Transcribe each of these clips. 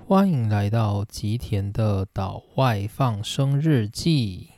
欢迎来到吉田的岛外放生日记。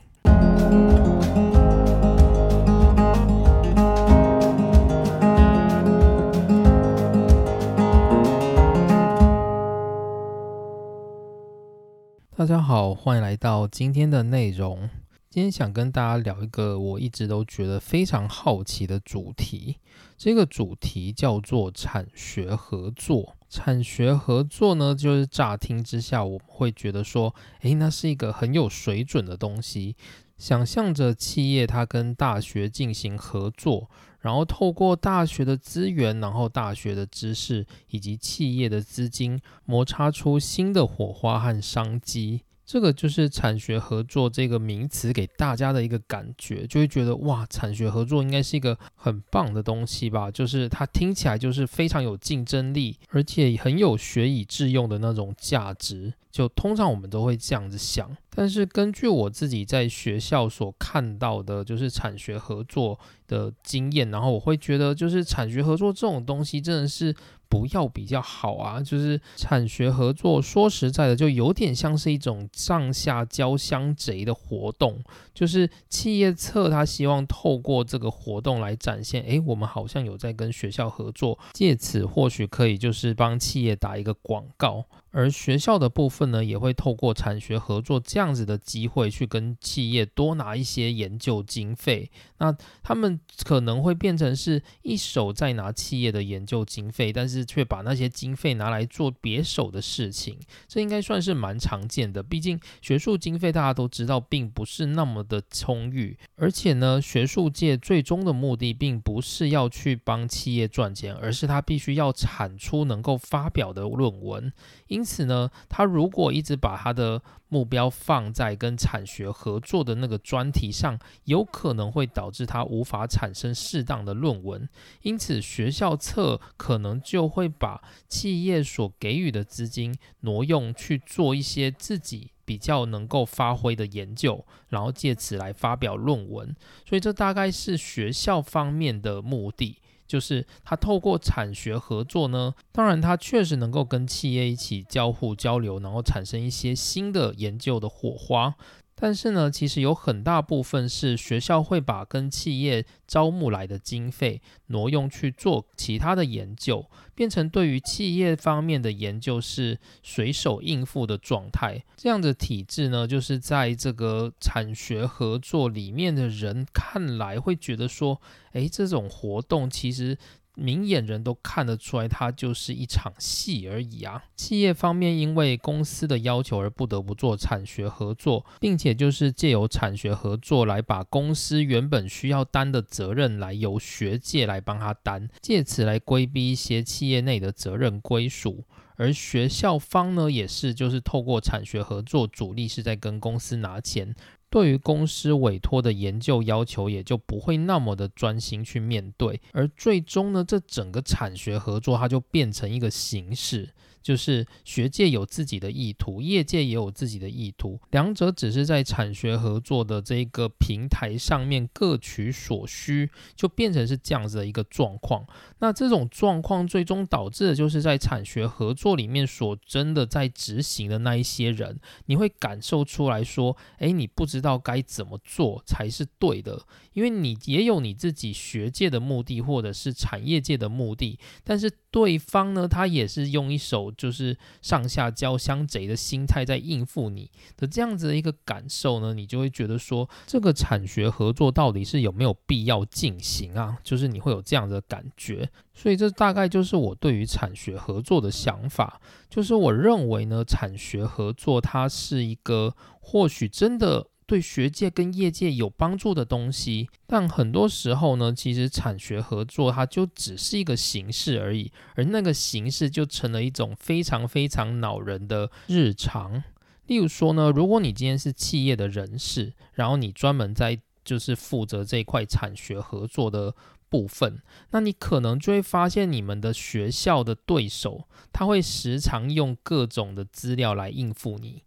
大家好，欢迎来到今天的内容。今天想跟大家聊一个我一直都觉得非常好奇的主题，这个主题叫做产学合作。产学合作呢，就是乍听之下我们会觉得说，那是一个很有水准的东西。想象着企业它跟大学进行合作，然后透过大学的资源，然后大学的知识以及企业的资金，摩擦出新的火花和商机。这个就是产学合作这个名词给大家的一个感觉，就会觉得哇，产学合作应该是一个很棒的东西吧，就是它听起来就是非常有竞争力，而且很有学以致用的那种价值，就通常我们都会这样子想。但是根据我自己在学校所看到的就是产学合作的经验，然后我会觉得就是产学合作这种东西真的是不要比较好啊，就是产学合作说实在的就有点像是一种上下交相贼的活动，就是企业侧他希望透过这个活动来展现我们好像有在跟学校合作，借此或许可以就是帮企业打一个广告，而学校的部分呢也会透过产学合作这样子的机会去跟企业多拿一些研究经费，那他们可能会变成是一手在拿企业的研究经费，但是却把那些经费拿来做别手的事情，这应该算是蛮常见的。毕竟学术经费大家都知道并不是那么的充裕，而且呢，学术界最终的目的并不是要去帮企业赚钱，而是他必须要产出能够发表的论文。因此呢，他如果一直把他的目标放在跟产学合作的那个专题上，有可能会导致他无法产生适当的论文，因此学校侧可能就会把企业所给予的资金挪用去做一些自己比较能够发挥的研究，然后借此来发表论文。所以这大概是学校方面的目的，就是他透过产学合作呢，当然他确实能够跟企业一起交互交流，然后产生一些新的研究的火花。但是呢，其实有很大部分是学校会把跟企业招募来的经费挪用去做其他的研究，变成对于企业方面的研究是随手应付的状态。这样的体制呢，就是在这个产学合作里面的人看来会觉得说，这种活动其实明眼人都看得出来它就是一场戏而已啊。企业方面因为公司的要求而不得不做产学合作，并且就是借由产学合作来把公司原本需要担的责任来由学界来帮他担，借此来规避一些企业内的责任归属。而学校方呢也是就是透过产学合作，主力是在跟公司拿钱，对于公司委托的研究要求也就不会那么的专心去面对，而最终呢，这整个产学合作它就变成一个形式，就是学界有自己的意图，业界也有自己的意图，两者只是在产学合作的这个平台上面各取所需，就变成是这样子的一个状况。那这种状况最终导致的就是在产学合作里面所真的在执行的那一些人，你会感受出来说，你不知道该怎么做才是对的，因为你也有你自己学界的目的或者是产业界的目的，但是对方呢，他也是用一手就是上下交相贼的心态在应付你的这样子的一个感受呢，你就会觉得说，这个产学合作到底是有没有必要进行啊？就是你会有这样的感觉。所以这大概就是我对于产学合作的想法，就是我认为呢，产学合作它是一个或许真的对学界跟业界有帮助的东西，但很多时候呢，其实产学合作它就只是一个形式而已，而那个形式就成了一种非常非常恼人的日常。例如说呢，如果你今天是企业的人士，然后你专门在就是负责这一块产学合作的部分，那你可能就会发现你们的学校的对手他会时常用各种的资料来应付你，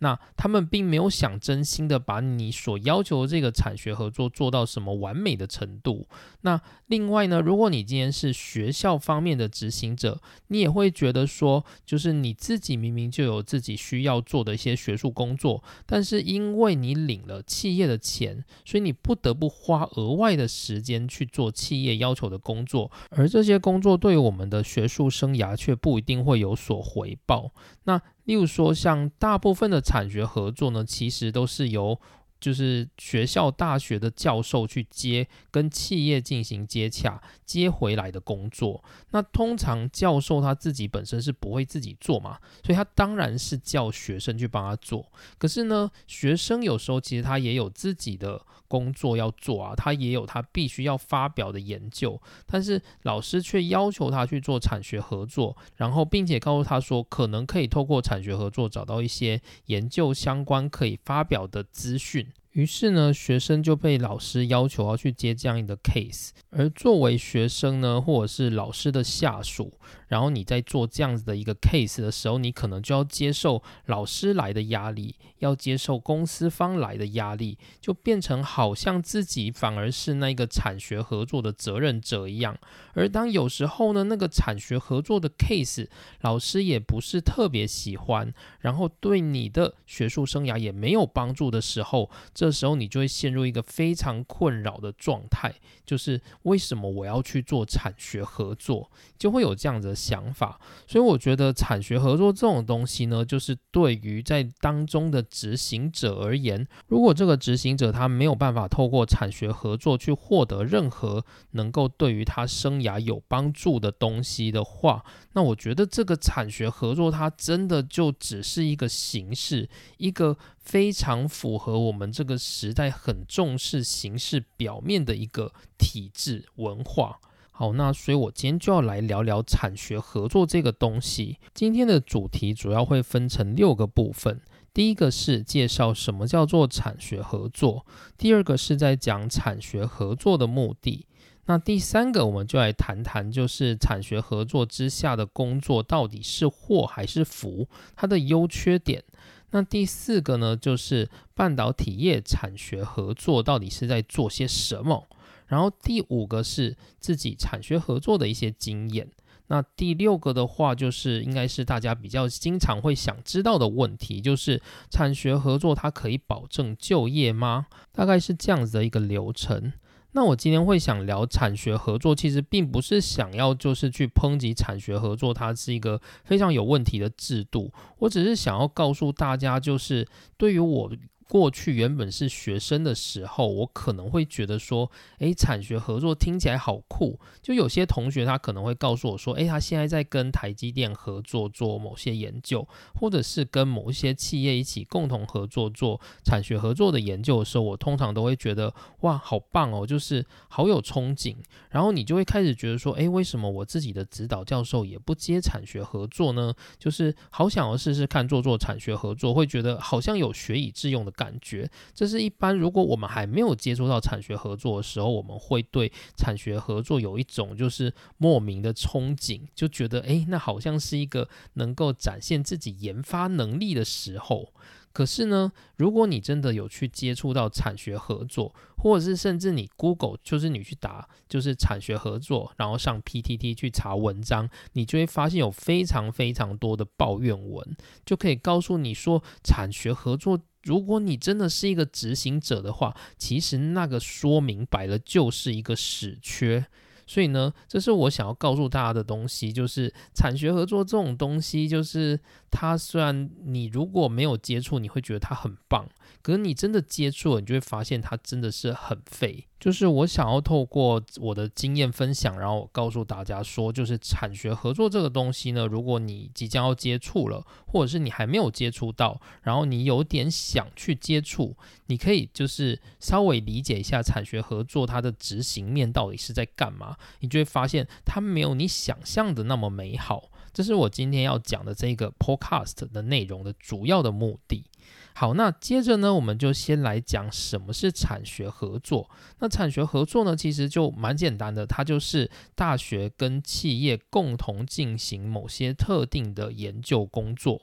那他们并没有想真心的把你所要求的这个产学合作做到什么完美的程度。那另外呢，如果你今天是学校方面的执行者，你也会觉得说，就是你自己明明就有自己需要做的一些学术工作，但是因为你领了企业的钱，所以你不得不花额外的时间去做企业要求的工作，而这些工作对于我们的学术生涯却不一定会有所回报。那例如说像大部分的产学合作呢，其实都是由就是学校大学的教授去跟企业进行接洽接回来的工作。那通常教授他自己本身是不会自己做嘛，所以他当然是叫学生去帮他做。可是呢，学生有时候其实他也有自己的工作要做啊，他也有他必须要发表的研究，但是老师却要求他去做产学合作，然后并且告诉他说可能可以透过产学合作找到一些研究相关可以发表的资讯。于是呢，学生就被老师要求要去接这样一个 case， 而作为学生呢，或者是老师的下属，然后你在做这样子的一个 case 的时候，你可能就要接受老师来的压力，要接受公司方来的压力，就变成好像自己反而是那个产学合作的责任者一样。而当有时候呢，那个产学合作的 case 老师也不是特别喜欢，然后对你的学术生涯也没有帮助的时候，这时候你就会陷入一个非常困扰的状态，就是为什么我要去做产学合作，就会有这样子的想法。所以我觉得产学合作这种东西呢，就是对于在当中的执行者而言，如果这个执行者他没有办法透过产学合作去获得任何能够对于他生涯有帮助的东西的话，那我觉得这个产学合作它真的就只是一个形式，一个非常符合我们这个时代很重视形式表面的一个体制文化。好，那所以我今天就要来聊聊产学合作这个东西。今天的主题主要会分成6个部分。第一个是介绍什么叫做产学合作，第二个是在讲产学合作的目的，那第三个我们就来谈谈就是产学合作之下的工作到底是祸还是福，它的优缺点。那第四个呢，就是半导体业产学合作到底是在做些什么，然后第5个是自己产学合作的一些经验。那第6个的话，就是应该是大家比较经常会想知道的问题，就是产学合作它可以保证就业吗？大概是这样子的一个流程。那我今天会想聊产学合作，其实并不是想要就是去抨击产学合作它是一个非常有问题的制度，我只是想要告诉大家，就是对于我过去原本是学生的时候，我可能会觉得说，产学合作听起来好酷。就有些同学他可能会告诉我说，他现在在跟台积电合作做某些研究，或者是跟某一些企业一起共同合作做产学合作的研究的时候，我通常都会觉得，哇，好棒哦，就是好有憧憬。然后你就会开始觉得说，为什么我自己的指导教授也不接产学合作呢？就是好想要试试看做产学合作，会觉得好像有学以致用的感觉。这是一般如果我们还没有接触到产学合作的时候，我们会对产学合作有一种就是莫名的憧憬，就觉得那好像是一个能够展现自己研发能力的时候。可是呢，如果你真的有去接触到产学合作，或者是甚至你 Google 就是你去打就是产学合作，然后上 PTT 去查文章，你就会发现有非常非常多的抱怨文，就可以告诉你说产学合作如果你真的是一个执行者的话，其实那个说明白了就是一个死缺。所以呢，这是我想要告诉大家的东西，就是产学合作这种东西，就是它虽然你如果没有接触，你会觉得它很棒，可是你真的接触了，你就会发现它真的是很废。就是我想要透过我的经验分享，然后我告诉大家说，就是产学合作这个东西呢，如果你即将要接触了，或者是你还没有接触到，然后你有点想去接触，你可以就是稍微理解一下产学合作它的执行面到底是在干嘛，你就会发现它没有你想象的那么美好。这是我今天要讲的这个 podcast 的内容的主要的目的。好，那接着呢，我们就先来讲什么是产学合作。那产学合作呢，其实就蛮简单的，它就是大学跟企业共同进行某些特定的研究工作。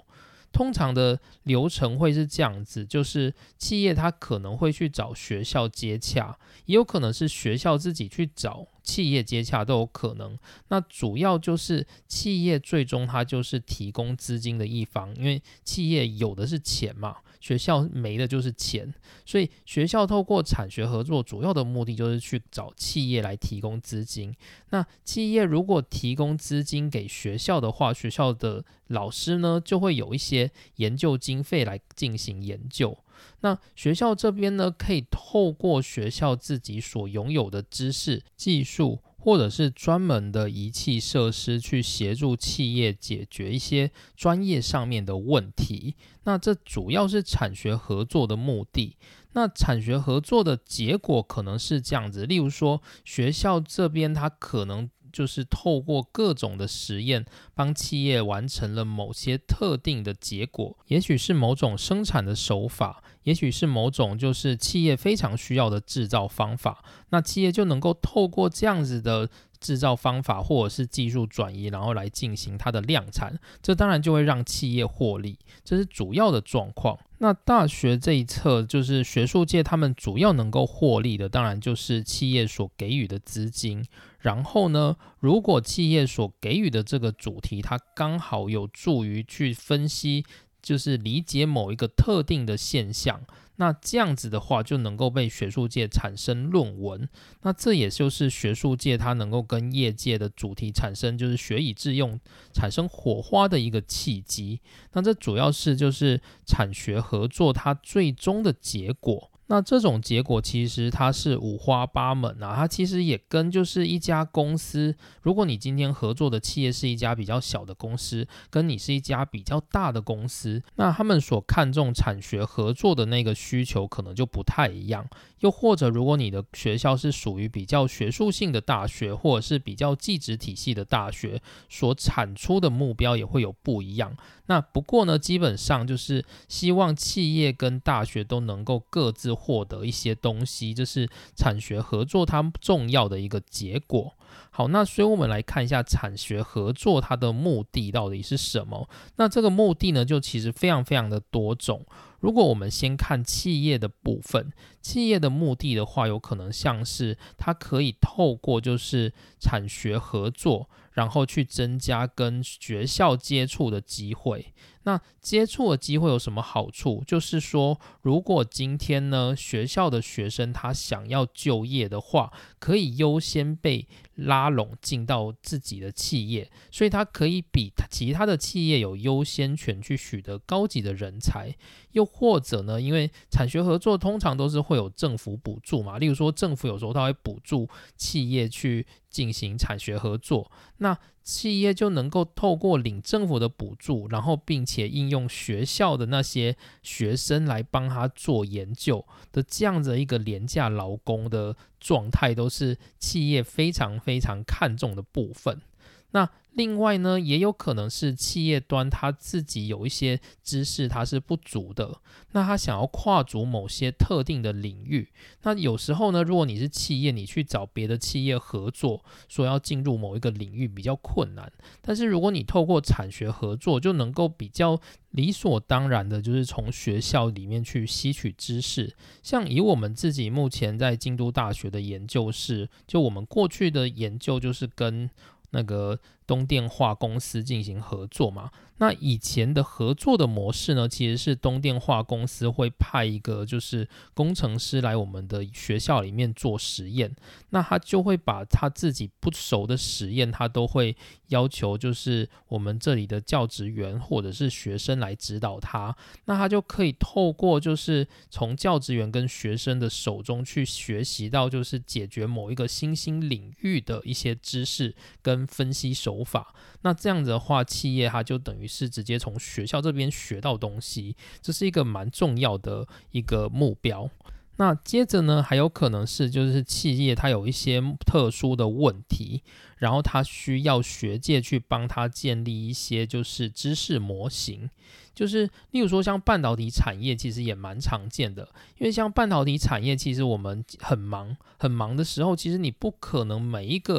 通常的流程会是这样子，就是企业它可能会去找学校接洽，也有可能是学校自己去找企业接洽都有可能。那主要就是企业最终它就是提供资金的一方，因为企业有的是钱嘛，学校没的就是钱，所以学校透过产学合作主要的目的就是去找企业来提供资金。那企业如果提供资金给学校的话，学校的老师呢就会有一些研究经费来进行研究。那学校这边呢，可以透过学校自己所拥有的知识、技术，或者是专门的仪器设施，去协助企业解决一些专业上面的问题。那这主要是产学合作的目的。那产学合作的结果可能是这样子，例如说学校这边它可能就是透过各种的实验，帮企业完成了某些特定的结果，也许是某种生产的手法，也许是某种就是企业非常需要的制造方法，那企业就能够透过这样子的制造方法或者是技术转移，然后来进行它的量产，这当然就会让企业获利，这是主要的状况。那大学这一侧，就是学术界他们主要能够获利的，当然就是企业所给予的资金。然后呢，如果企业所给予的这个主题，它刚好有助于去分析，就是理解某一个特定的现象，那这样子的话就能够被学术界产生论文。那这也就是学术界它能够跟业界的主题产生就是学以致用，产生火花的一个契机。那这主要是就是产学合作它最终的结果。那这种结果其实它是五花八门啊，它其实也跟就是一家公司，如果你今天合作的企业是一家比较小的公司，跟你是一家比较大的公司，那他们所看重产学合作的那个需求可能就不太一样。又或者如果你的学校是属于比较学术性的大学，或者是比较技职体系的大学，所产出的目标也会有不一样。那不过呢，基本上就是希望企业跟大学都能够各自获得一些东西，这是产学合作它重要的一个结果。好，那所以我们来看一下产学合作它的目的到底是什么。那这个目的呢，就其实非常非常的多种。如果我们先看企业的部分，企业的目的的话，有可能像是它可以透过就是产学合作，然后去增加跟学校接触的机会。那接触的机会有什么好处？就是说，如果今天呢，学校的学生他想要就业的话，可以优先被拉拢进到自己的企业，所以他可以比其他的企业有优先权去取得高级的人才。又或者呢，因为产学合作通常都是会有政府补助嘛，例如说政府有时候他会补助企业去进行产学合作，那企业就能够透过领政府的补助，然后并且应用学校的那些学生来帮他做研究的这样子一个廉价劳工的状态，都是企业非常非常看重的部分。那另外呢，也有可能是企业端他自己有一些知识它是不足的，那他想要跨足某些特定的领域。那有时候呢，如果你是企业，你去找别的企业合作，说要进入某一个领域比较困难。但是如果你透过产学合作，就能够比较理所当然的就是从学校里面去吸取知识。像以我们自己目前在京都大学的研究室，就我们过去的研究就是跟那个东电化公司进行合作嘛。那以前的合作的模式呢，其实是东电化公司会派一个就是工程师来我们的学校里面做实验，那他就会把他自己不熟的实验，他都会要求就是我们这里的教职员或者是学生来指导他，那他就可以透过就是从教职员跟学生的手中去学习到就是解决某一个新兴领域的一些知识跟分析手法。那这样子的话，企业它就等于是直接从学校这边学到东西，这是一个蛮重要的一个目标。那接着呢，还有可能是就是企业它有一些特殊的问题，然后它需要学界去帮它建立一些就是知识模型。就是例如说像半导体产业其实也蛮常见的，因为像半导体产业其实我们很忙的时候，其实你不可能每一个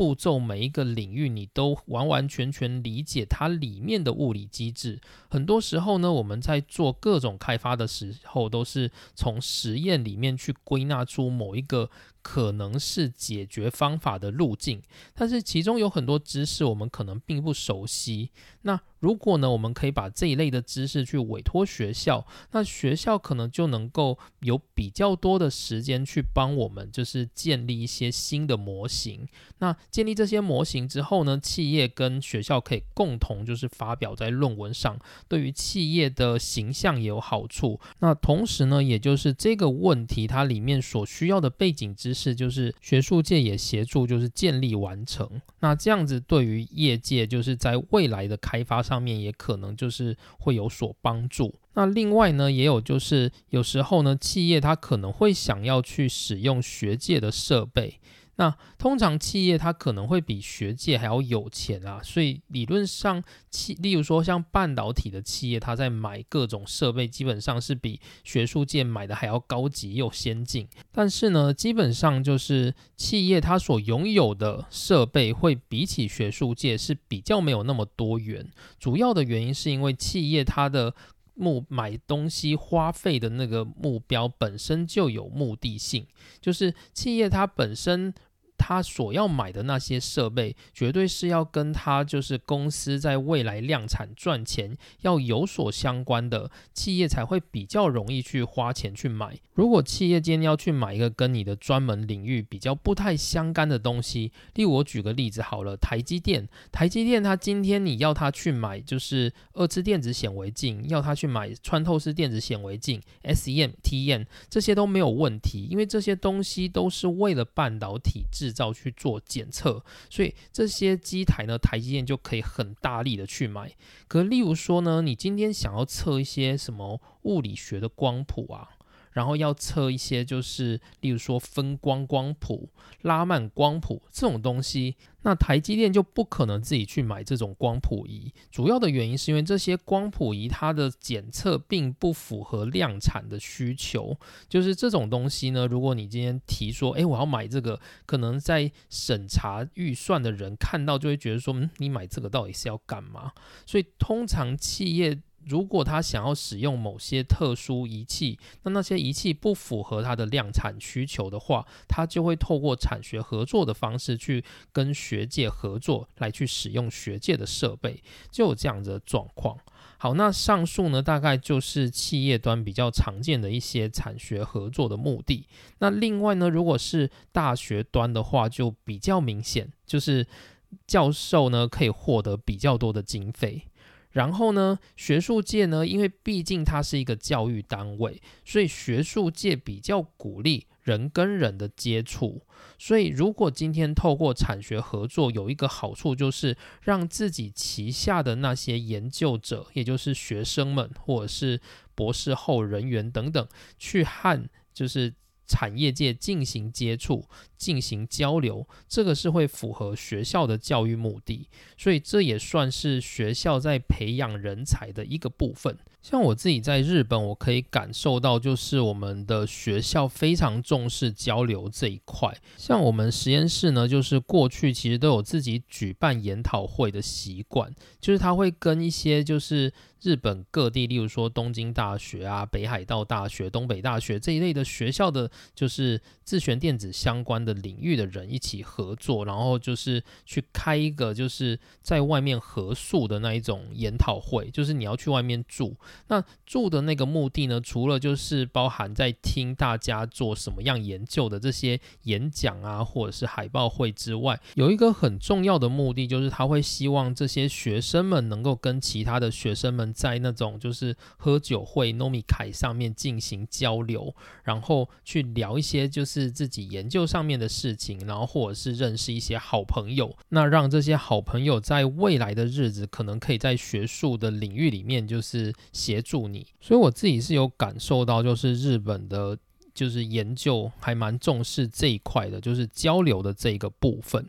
步骤每一个领域你都完完全全理解它里面的物理机制。很多时候呢，我们在做各种开发的时候，都是从实验里面去归纳出某一个可能是解决方法的路径，但是其中有很多知识我们可能并不熟悉。那如果呢，我们可以把这一类的知识去委托学校，那学校可能就能够有比较多的时间去帮我们，就是建立一些新的模型。那建立这些模型之后呢，企业跟学校可以共同就是发表在论文上，对于企业的形象也有好处。那同时呢，也就是这个问题它里面所需要的背景知识，就是学术界也协助就是建立完成。那这样子对于业界就是在未来的开发上面也可能就是会有所帮助。那另外呢，也有就是有时候呢，企业它可能会想要去使用学界的设备。那通常企业它可能会比学界还要有钱啊，所以理论上例如说像半导体的企业，它在买各种设备基本上是比学术界买的还要高级又先进。但是呢，基本上就是企业它所拥有的设备会比起学术界是比较没有那么多元。主要的原因是因为企业它的买东西花费的那个目标本身就有目的性，就是企业它本身他所要买的那些设备，绝对是要跟他就是公司在未来量产赚钱要有所相关的，企业才会比较容易去花钱去买。如果企业今天要去买一个跟你的专门领域比较不太相干的东西，例如我举个例子好了，台积电它今天你要它去买就是2次电子显微镜，要它去买穿透式电子显微镜 SEM、TEM 这些都没有问题，因为这些东西都是为了半导体制造去做检测，所以这些机台呢，台积电就可以很大力的去买。可例如说呢，你今天想要测一些什么物理学的光谱啊，然后要测一些就是例如说分光光谱、拉曼光谱这种东西，那台积电就不可能自己去买这种光谱仪。主要的原因是因为这些光谱仪它的检测并不符合量产的需求，就是这种东西呢，如果你今天提说我要买这个，可能在审查预算的人看到就会觉得说你买这个到底是要干嘛。所以通常企业如果他想要使用某些特殊仪器，那些仪器不符合他的量产需求的话，他就会透过产学合作的方式去跟学界合作，来去使用学界的设备，就有这样的状况。好，那上述呢，大概就是企业端比较常见的一些产学合作的目的。那另外呢，如果是大学端的话，就比较明显，就是教授呢可以获得比较多的经费。然后呢，学术界呢，因为毕竟它是一个教育单位，所以学术界比较鼓励人跟人的接触。所以如果今天透过产学合作，有一个好处就是让自己旗下的那些研究者，也就是学生们或者是博士后人员等等，去和就是产业界进行接触、进行交流，这个是会符合学校的教育目的，所以这也算是学校在培养人才的一个部分。像我自己在日本，我可以感受到就是我们的学校非常重视交流这一块。像我们实验室呢，就是过去其实都有自己举办研讨会的习惯，就是他会跟一些就是日本各地，例如说东京大学啊、北海道大学、东北大学这一类的学校的，就是自旋电子相关的领域的人一起合作，然后就是去开一个就是在外面合宿的那一种研讨会，就是你要去外面住。那住的那个目的呢，除了就是包含在听大家做什么样研究的这些演讲啊，或者是海报会之外，有一个很重要的目的，就是他会希望这些学生们能够跟其他的学生们在那种就是喝酒会 nomikai 上面进行交流，然后去聊一些就是自己研究上面的事情，然后或者是认识一些好朋友，那让这些好朋友在未来的日子可能可以在学术的领域里面就是协助你。所以我自己是有感受到，就是日本的就是研究还蛮重视这一块的，就是交流的这个部分。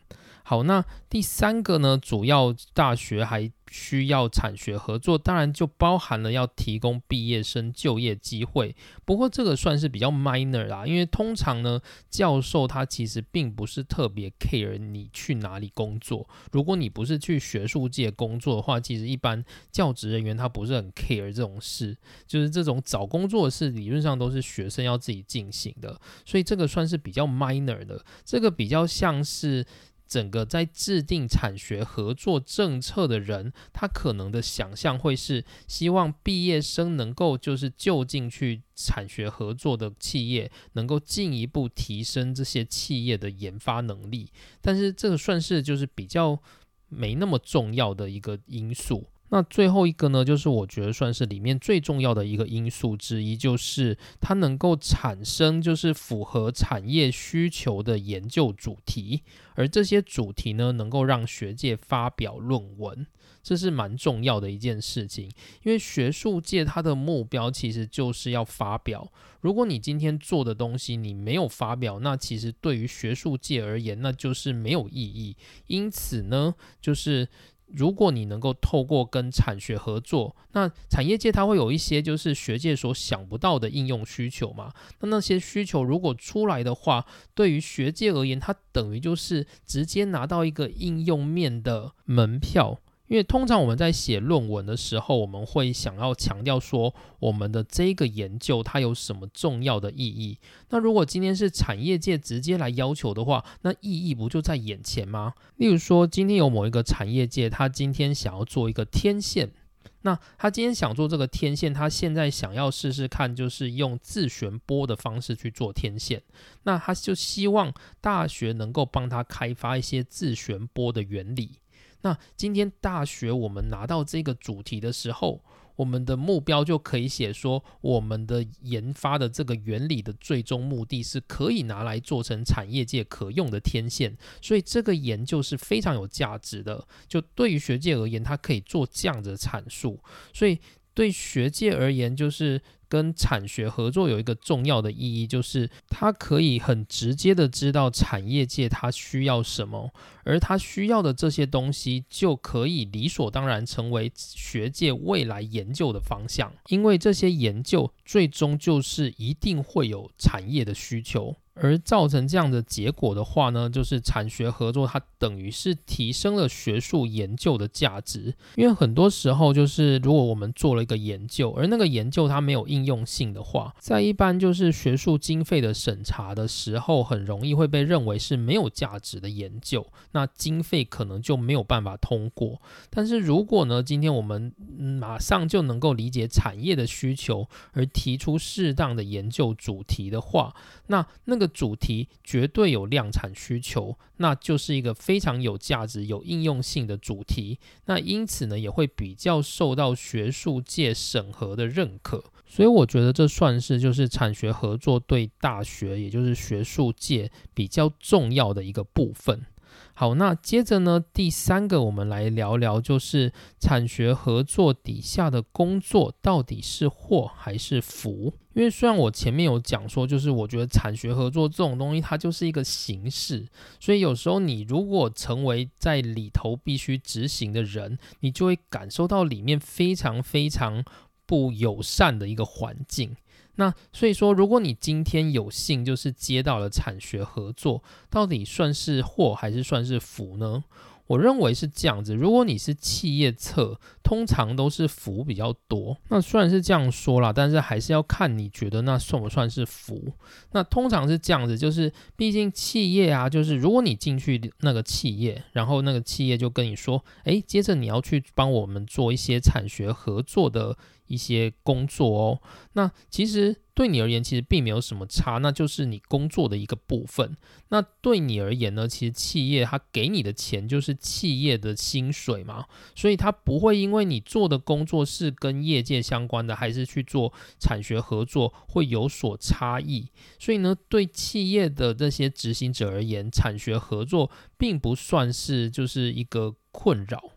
好，那第三个呢，主要大学还需要产学合作，当然就包含了要提供毕业生就业机会。不过这个算是比较 minor 啦，因为通常呢，教授他其实并不是特别 care 你去哪里工作。如果你不是去学术界工作的话，其实一般教职人员他不是很 care 这种事，就是这种找工作的事理论上都是学生要自己进行的，所以这个算是比较 minor 的，这个比较像是整个在制定产学合作政策的人，他可能的想象会是希望毕业生能够就是就近去产学合作的企业，能够进一步提升这些企业的研发能力，但是这个算是就是比较没那么重要的一个因素。那最后一个呢，就是我觉得算是里面最重要的一个因素之一，就是它能够产生就是符合产业需求的研究主题，而这些主题呢，能够让学界发表论文，这是蛮重要的一件事情。因为学术界它的目标其实就是要发表，如果你今天做的东西你没有发表，那其实对于学术界而言，那就是没有意义。因此呢，就是如果你能够透过跟产学合作，那产业界它会有一些就是学界所想不到的应用需求嘛，那些需求如果出来的话，对于学界而言，它等于就是直接拿到一个应用面的门票。因为通常我们在写论文的时候，我们会想要强调说我们的这个研究它有什么重要的意义。那如果今天是产业界直接来要求的话，那意义不就在眼前吗？例如说今天有某一个产业界，他今天想要做一个天线，那他今天想做这个天线，他现在想要试试看就是用自旋波的方式去做天线，那他就希望大学能够帮他开发一些自旋波的原理。那今天大学我们拿到这个主题的时候，我们的目标就可以写说，我们的研发的这个原理的最终目的是可以拿来做成产业界可用的天线，所以这个研究是非常有价值的。就对于学界而言，它可以做这样的阐述，所以对学界而言，就是跟产学合作有一个重要的意义，就是它可以很直接的知道产业界它需要什么，而它需要的这些东西就可以理所当然成为学界未来研究的方向，因为这些研究最终就是一定会有产业的需求。而造成这样的结果的话呢，就是产学合作它等于是提升了学术研究的价值。因为很多时候就是如果我们做了一个研究，而那个研究它没有应用性的话，在一般就是学术经费的审查的时候，很容易会被认为是没有价值的研究，那经费可能就没有办法通过。但是如果呢，今天我们马上就能够理解产业的需求，而提出适当的研究主题的话，那个主题绝对有量产需求，那就是一个非常有价值、有应用性的主题。那因此呢，也会比较受到学术界审核的认可。所以我觉得这算是就是产学合作对大学，也就是学术界比较重要的一个部分。好，那接着呢，第三个我们来聊聊，就是产学合作底下的工作到底是祸还是福？因为虽然我前面有讲说，就是我觉得产学合作这种东西它就是一个形式，所以有时候你如果成为在里头必须执行的人，你就会感受到里面非常非常不友善的一个环境。那所以说，如果你今天有幸就是接到了产学合作，到底算是祸还是算是福呢？我认为是这样子，如果你是企业侧，通常都是福比较多。那虽然是这样说啦，但是还是要看你觉得那算不算是福。那通常是这样子，就是毕竟企业啊，就是如果你进去那个企业，然后那个企业就跟你说，接着你要去帮我们做一些产学合作的一些工作哦，那其实对你而言其实并没有什么差，那就是你工作的一个部分。那对你而言呢，其实企业它给你的钱就是企业的薪水嘛，所以它不会因为你做的工作是跟业界相关的，还是去做产学合作会有所差异。所以呢，对企业的这些执行者而言，产学合作并不算是就是一个困扰。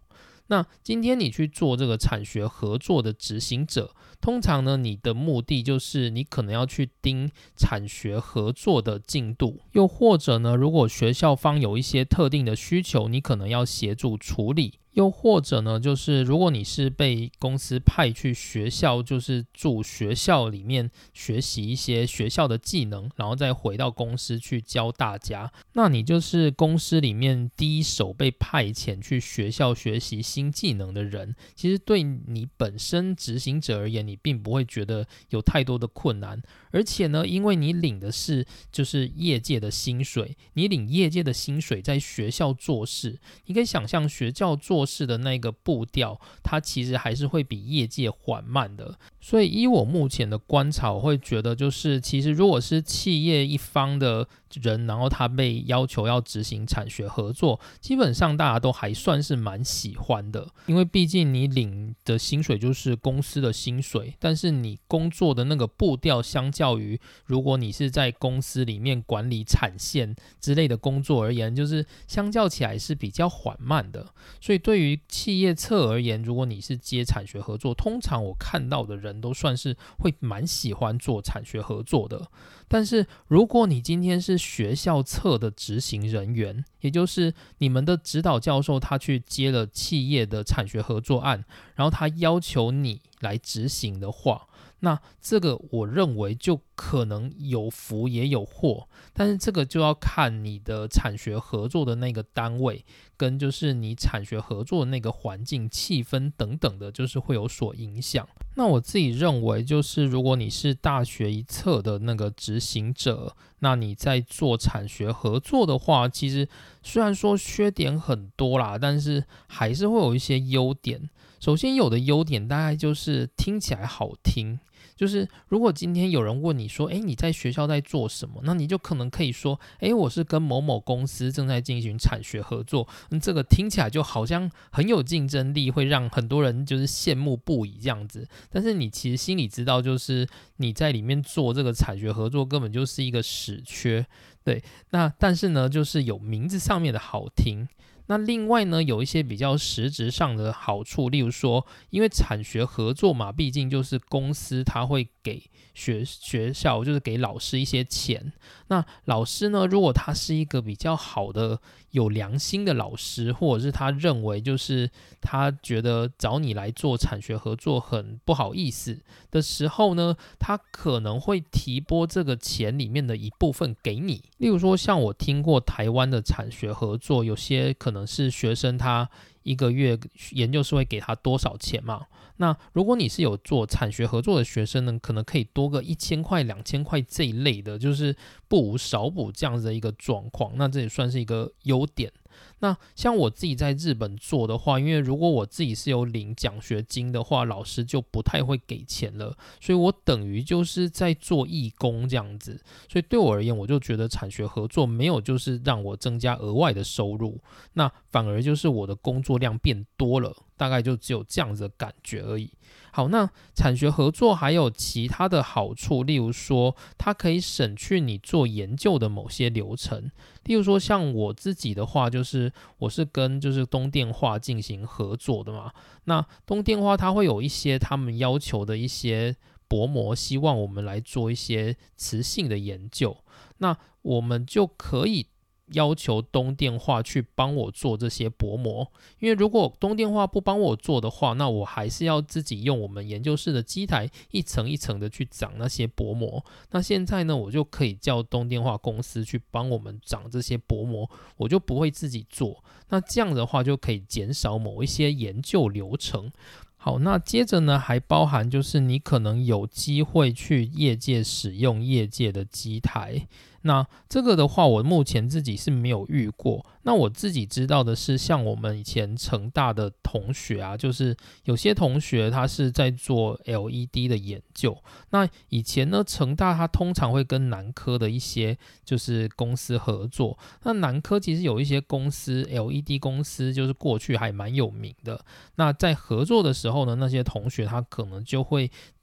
那今天你去做这个产学合作的执行者，通常呢，你的目的就是你可能要去盯产学合作的进度，又或者呢，如果学校方有一些特定的需求，你可能要协助处理。又或者呢，就是如果你是被公司派去学校，就是住学校里面学习一些学校的技能，然后再回到公司去教大家，那你就是公司里面第一手被派遣去学校学习新技能的人。其实对你本身执行者而言，你并不会觉得有太多的困难，而且呢，因为你领的是就是业界的薪水，你领业界的薪水在学校做事，你可以想象学校做事的那个步调，它其实还是会比业界缓慢的。所以依我目前的观察，我会觉得就是其实如果是企业一方的人，然后他被要求要执行产学合作，基本上大家都还算是蛮喜欢的，因为毕竟你领的薪水就是公司的薪水，但是你工作的那个步调相较于如果你是在公司里面管理产线之类的工作而言，就是相较起来是比较缓慢的。所以对于企业侧而言，如果你是接产学合作，通常我看到的人都算是会蛮喜欢做产学合作的。但是如果你今天是学校侧的执行人员，也就是你们的指导教授他去接了企业的产学合作案，然后他要求你来执行的话，那这个我认为就可能有福也有祸，但是这个就要看你的产学合作的那个单位，跟就是你产学合作的那个环境、气氛等等的，就是会有所影响。那我自己认为，就是如果你是大学一侧的那个执行者，那你在做产学合作的话，其实虽然说缺点很多啦，但是还是会有一些优点。首先有的优点大概就是听起来好听，就是如果今天有人问你说，你在学校在做什么，那你就可能可以说，我是跟某某公司正在进行产学合作，这个听起来就好像很有竞争力，会让很多人就是羡慕不已这样子。但是你其实心里知道，就是你在里面做这个产学合作根本就是一个死缺，对。那但是呢，就是有名字上面的好听。那另外呢，有一些比较实质上的好处，例如说，因为产学合作嘛，毕竟就是公司它会给学校，就是给老师一些钱。那老师呢，如果他是一个比较好的、有良心的老师，或者是他认为就是他觉得找你来做产学合作很不好意思的时候呢，他可能会提拨这个钱里面的一部分给你。例如说，像我听过台湾的产学合作，有些可能是学生他一个月研究室会给他多少钱嘛？那如果你是有做产学合作的学生呢，可能可以多个1000块、2000块这一类的，就是不无少补这样子的一个状况。那这也算是一个优点。那像我自己在日本做的话，因为如果我自己是有领奖学金的话，老师就不太会给钱了，所以我等于就是在做义工这样子。所以对我而言，我就觉得产学合作没有就是让我增加额外的收入，那反而就是我的工作量变多了，大概就只有这样子的感觉而已。好，那产学合作还有其他的好处，例如说它可以省去你做研究的某些流程。例如说像我自己的话，就是我是跟就是东电化进行合作的嘛，那东电化它会有一些他们要求的一些薄膜，希望我们来做一些磁性的研究，那我们就可以要求东电化去帮我做这些薄膜，因为如果东电化不帮我做的话，那我还是要自己用我们研究室的机台一层一层的去长那些薄膜。那现在呢，我就可以叫东电化公司去帮我们长这些薄膜，我就不会自己做。那这样的话就可以减少某一些研究流程。好，那接着呢，还包含就是你可能有机会去业界使用业界的机台。那这个的话，我目前自己是没有遇过。那我自己知道的是，像我们以前成大的同学啊，就是有些同学他是在做 LED 的研究。那以前呢，成大他通常会跟南科的一些就是公司合作。那南科其实有一些公司 LED 公司，就是过去还蛮有名的。那在合作的时候呢，那些同学他可能就会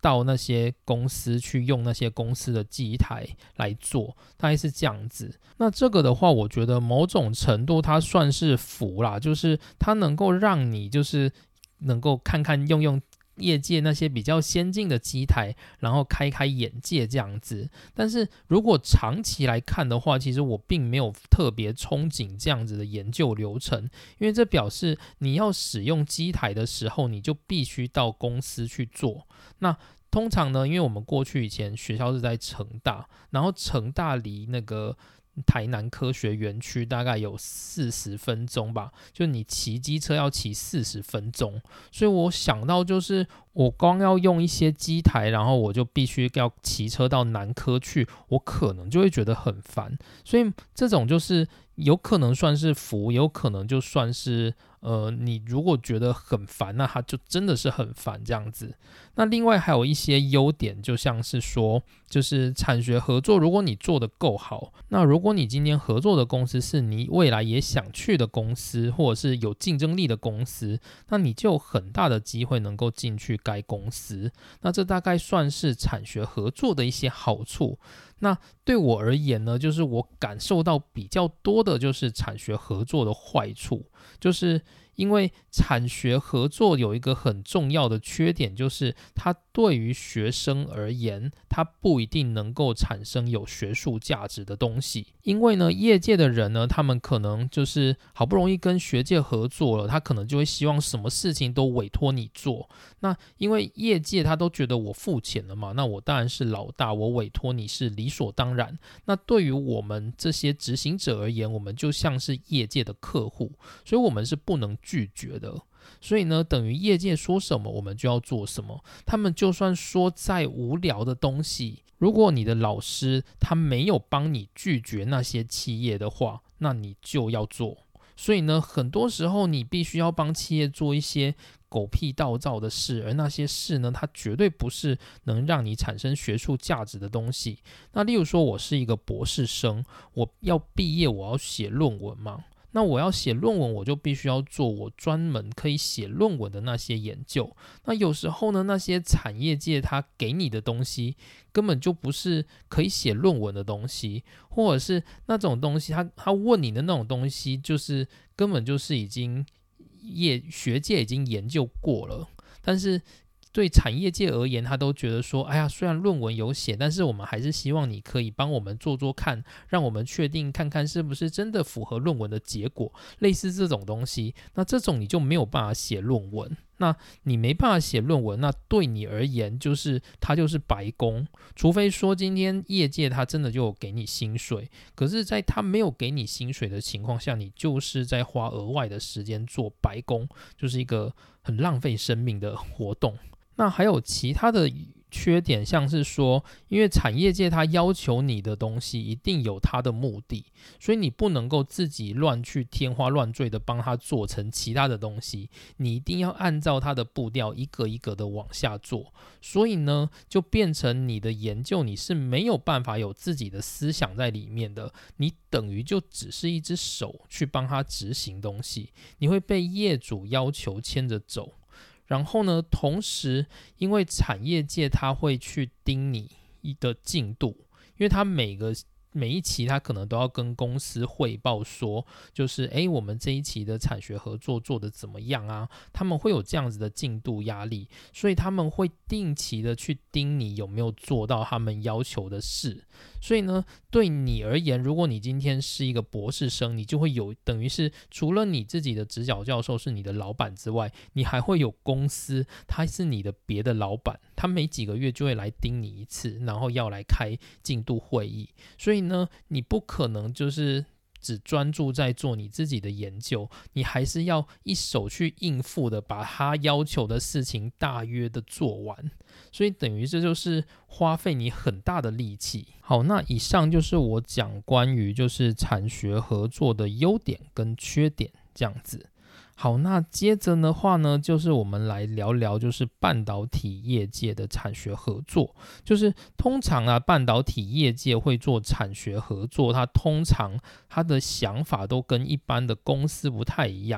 到那些公司去用那些公司的机台来做，大概是这样子。那这个的话，我觉得某种程度它算是福啦，就是它能够让你就是能够看看用业界那些比较先进的机台，然后开开眼界这样子。但是如果长期来看的话，其实我并没有特别憧憬这样子的研究流程，因为这表示你要使用机台的时候，你就必须到公司去做。那通常呢，因为我们过去以前学校是在成大，然后成大离那个台南科学园区大概有40分钟吧，就你骑机车要骑40分钟，所以我想到就是我光要用一些机台，然后我就必须要骑车到南科去，我可能就会觉得很烦，所以这种就是有可能算是福，有可能就算是你如果觉得很烦，那它就真的是很烦这样子。那另外还有一些优点，就像是说，就是产学合作，如果你做得够好，那如果你今天合作的公司是你未来也想去的公司，或者是有竞争力的公司，那你就有很大的机会能够进去该公司。那这大概算是产学合作的一些好处。那对我而言呢，就是我感受到比较多的就是产学合作的坏处，就是因为产学合作有一个很重要的缺点，就是它对于学生而言，它不一定能够产生有学术价值的东西。因为呢，业界的人呢，他们可能就是好不容易跟学界合作了，他可能就会希望什么事情都委托你做。那因为业界他都觉得我付钱了嘛，那我当然是老大，我委托你是理所当然。那对于我们这些执行者而言，我们就像是业界的客户，所以我们是不能拒绝的。所以呢，等于业界说什么我们就要做什么。他们就算说再无聊的东西，如果你的老师他没有帮你拒绝那些企业的话，那你就要做。所以呢，很多时候你必须要帮企业做一些狗屁倒灶的事，而那些事呢，它绝对不是能让你产生学术价值的东西。那例如说，我是一个博士生，我要毕业，我要写论文嘛。那我要写论文，我就必须要做我专门可以写论文的那些研究。那有时候呢，那些产业界他给你的东西根本就不是可以写论文的东西，或者是那种东西他问你的那种东西，就是根本就是已经学界已经研究过了，但是对产业界而言，他都觉得说，哎呀，虽然论文有写，但是我们还是希望你可以帮我们做做看，让我们确定看看是不是真的符合论文的结果，类似这种东西。那这种你就没有办法写论文，那你没办法写论文，那对你而言就是它就是白工，除非说今天业界他真的就有给你薪水，可是在他没有给你薪水的情况下，你就是在花额外的时间做白工，就是一个很浪费生命的活动。那还有其他的缺点，像是说，因为产业界它要求你的东西一定有它的目的，所以你不能够自己乱去天花乱坠的帮它做成其他的东西，你一定要按照它的步调一个一个的往下做。所以呢，就变成你的研究你是没有办法有自己的思想在里面的，你等于就只是一只手去帮它执行东西，你会被业主要求牵着走。然后呢，同时因为产业界它会去盯你的进度，因为它每一期它可能都要跟公司汇报说，就是我们这一期的产学合作做得怎么样啊，他们会有这样子的进度压力，所以他们会定期的去盯你有没有做到他们要求的事。所以呢，对你而言，如果你今天是一个博士生，你就会有等于是除了你自己的指导教授是你的老板之外，你还会有公司，他是你的别的老板，他每几个月就会来盯你一次，然后要来开进度会议。所以呢，你不可能就是只专注在做你自己的研究，你还是要一手去应付的把他要求的事情大约的做完，所以等于这就是花费你很大的力气。好，那以上就是我讲关于就是产学合作的优点跟缺点这样子。好，那接着的话呢，就是我们来聊聊就是半导体业界的产学合作。就是通常啊，半导体业界会做产学合作，它通常它的想法都跟一般的公司不太一样。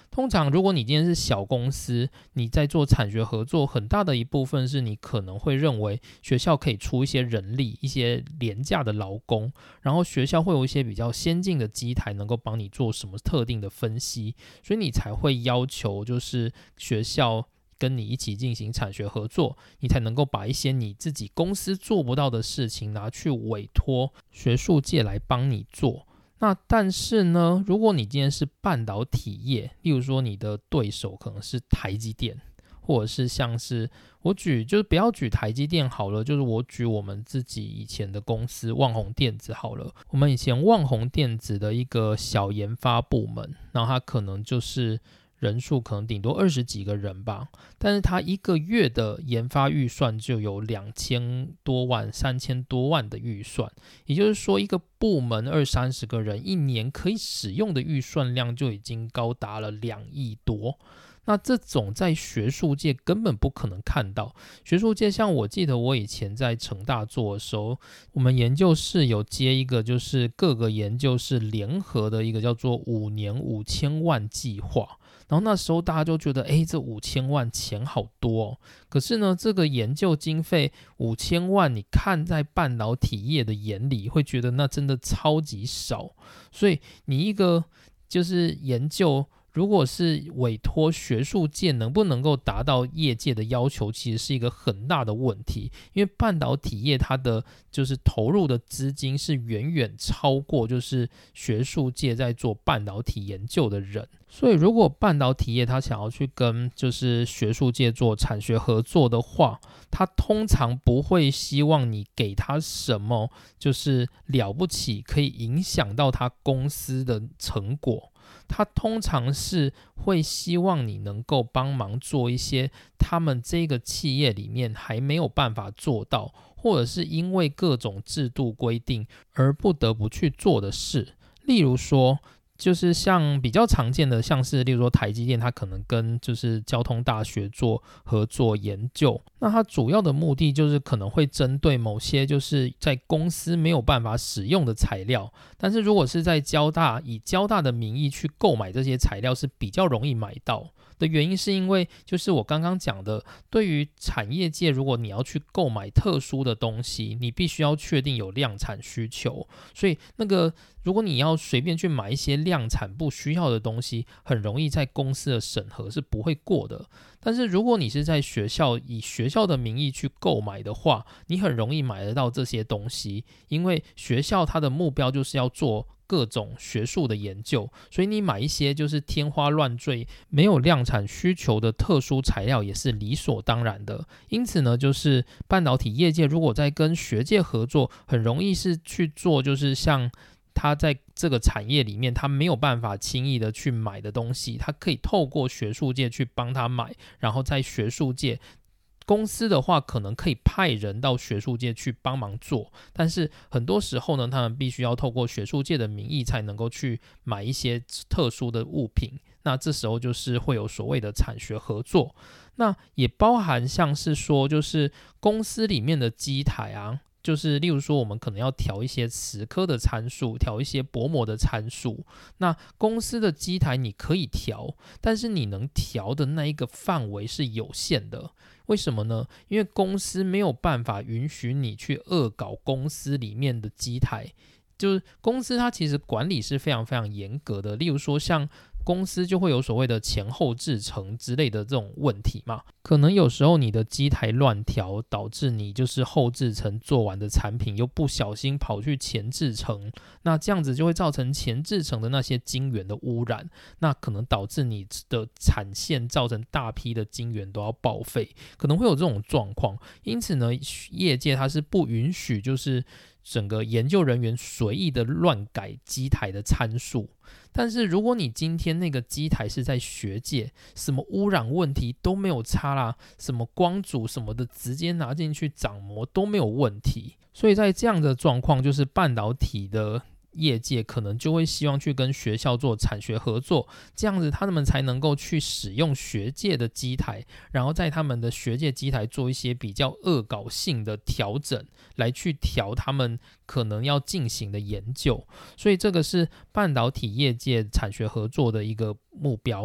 通常如果你今天是小公司，你在做产学合作，很大的一部分是你可能会认为学校可以出一些人力，一些廉价的劳工，然后学校会有一些比较先进的机台能够帮你做什么特定的分析，所以你才会要求就是学校跟你一起进行产学合作，你才能够把一些你自己公司做不到的事情拿去委托学术界来帮你做。那但是呢，如果你今天是半导体业，例如说你的对手可能是台积电，或者是像是就是不要举台积电好了，就是我举我们自己以前的公司旺宏电子好了。我们以前旺宏电子的一个小研发部门，然后它可能就是人数可能顶多20几个人吧，但是他一个月的研发预算就有2000多万、3000多万的预算，也就是说一个部门20-30个人一年可以使用的预算量就已经高达了2亿多。那这种在学术界根本不可能看到。学术界像我记得我以前在成大做的时候，我们研究室有接一个就是各个研究室联合的一个叫做5年5000万计划，然后那时候大家就觉得这5000万钱好多哦。可是呢，这个研究经费5000万，你看在半导体业的眼里会觉得那真的超级少。所以你一个就是研究，如果是委托学术界能不能够达到业界的要求，其实是一个很大的问题，因为半导体业它的就是投入的资金是远远超过就是学术界在做半导体研究的人。所以如果半导体业它想要去跟就是学术界做产学合作的话，它通常不会希望你给它什么就是了不起可以影响到它公司的成果，他通常是会希望你能够帮忙做一些他们这个企业里面还没有办法做到，或者是因为各种制度规定而不得不去做的事。例如说就是像比较常见的，像是例如说台积电，它可能跟就是交通大学做合作研究，那它主要的目的就是可能会针对某些就是在公司没有办法使用的材料，但是如果是在交大，以交大的名义去购买这些材料是比较容易买到的原因，是因为就是我刚刚讲的，对于产业界，如果你要去购买特殊的东西，你必须要确定有量产需求，所以如果你要随便去买一些量产不需要的东西，很容易在公司的审核是不会过的。但是如果你是在学校以学校的名义去购买的话，你很容易买得到这些东西，因为学校它的目标就是要做各种学术的研究，所以你买一些就是天花乱坠没有量产需求的特殊材料也是理所当然的。因此呢，就是半导体业界如果在跟学界合作，很容易是去做就是像他在这个产业里面他没有办法轻易的去买的东西，他可以透过学术界去帮他买，然后在学术界公司的话可能可以派人到学术界去帮忙做，但是很多时候呢，他们必须要透过学术界的名义才能够去买一些特殊的物品，那这时候就是会有所谓的产学合作。那也包含像是说就是公司里面的机台啊，就是例如说我们可能要调一些磁刻的参数，调一些薄膜的参数，那公司的机台你可以调，但是你能调的那一个范围是有限的。为什么呢？因为公司没有办法允许你去恶搞公司里面的机台，就是公司它其实管理是非常非常严格的，例如说像公司就会有所谓的前后制程之类的这种问题嘛，可能有时候你的机台乱调，导致你就是后制程做完的产品又不小心跑去前制程，那这样子就会造成前制程的那些晶圆的污染，那可能导致你的产线造成大批的晶圆都要报废，可能会有这种状况。因此呢，业界它是不允许就是整个研究人员随意的乱改机台的参数。但是如果你今天那个机台是在学界，什么污染问题都没有差啦，什么光阻什么的直接拿进去掌模都没有问题，所以在这样的状况，就是半导体的业界可能就会希望去跟学校做产学合作，这样子他们才能够去使用学界的机台，然后在他们的学界机台做一些比较恶搞性的调整，来去调他们可能要进行的研究。所以这个是半导体业界产学合作的一个目标。